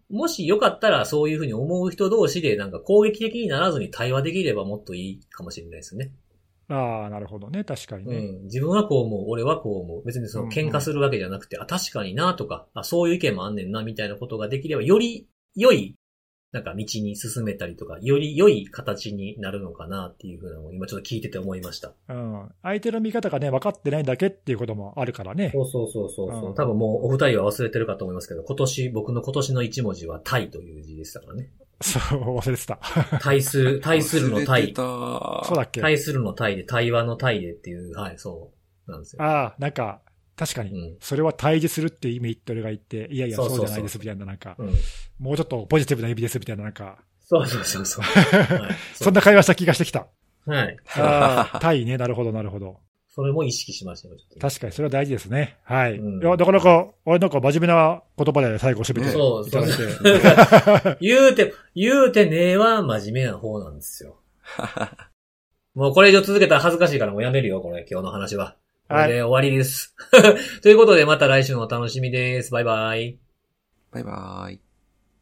S1: もしよかったらそういうふうに思う人同士でなんか攻撃的にならずに対話できればもっといいかもしれないですね。
S2: ああ、なるほどね。確かにね。
S1: うん。自分はこう思う、俺はこう思う。別にその喧嘩するわけじゃなくて、うんうん、あ、確かになとか、あ、そういう意見もあんねんなみたいなことができれば、より良い、なんか道に進めたりとか、より良い形になるのかなっていうふうなのを今ちょっと聞いてて思いました。
S2: うん。相手の見方がね、分かってないだけっていうこともあるからね。
S1: そうそうそうそうそう、うん。多分もうお二人は忘れてるかと思いますけど、今年、僕の今年の一文字は対という字でしたからね。
S2: そう、忘れてた。
S1: 対する、対するの対。
S2: そうだっけ？
S1: 対するの対で、対話の対でっていう、はい、そうなんですよ。
S2: ああ、なんか、確かに、うん、それは対峙するって意味って俺が言って、いやいや、そうじゃないですみたいな、なんか、うん、もうちょっとポジティブな意味ですみたいな、なんか。
S1: そうそうそうそう。はい、
S2: そんな会話した気がしてきた。
S1: はい。
S2: ああ、対ね、なるほど、なるほど。
S1: それも意識しましたよ、ちょっと。
S2: 確かに、それは大事ですね。はい。うん、いや、なかなか、あれなんか真面目な言葉で最後締めていただいて。
S1: そうそう言うて、言うてねえは真面目な方なんですよ。もうこれ以上続けたら恥ずかしいからもうやめるよ、これ、今日の話は。これで終わりです。ということで、また来週のお楽しみです。バイバイ。
S3: バイバイ。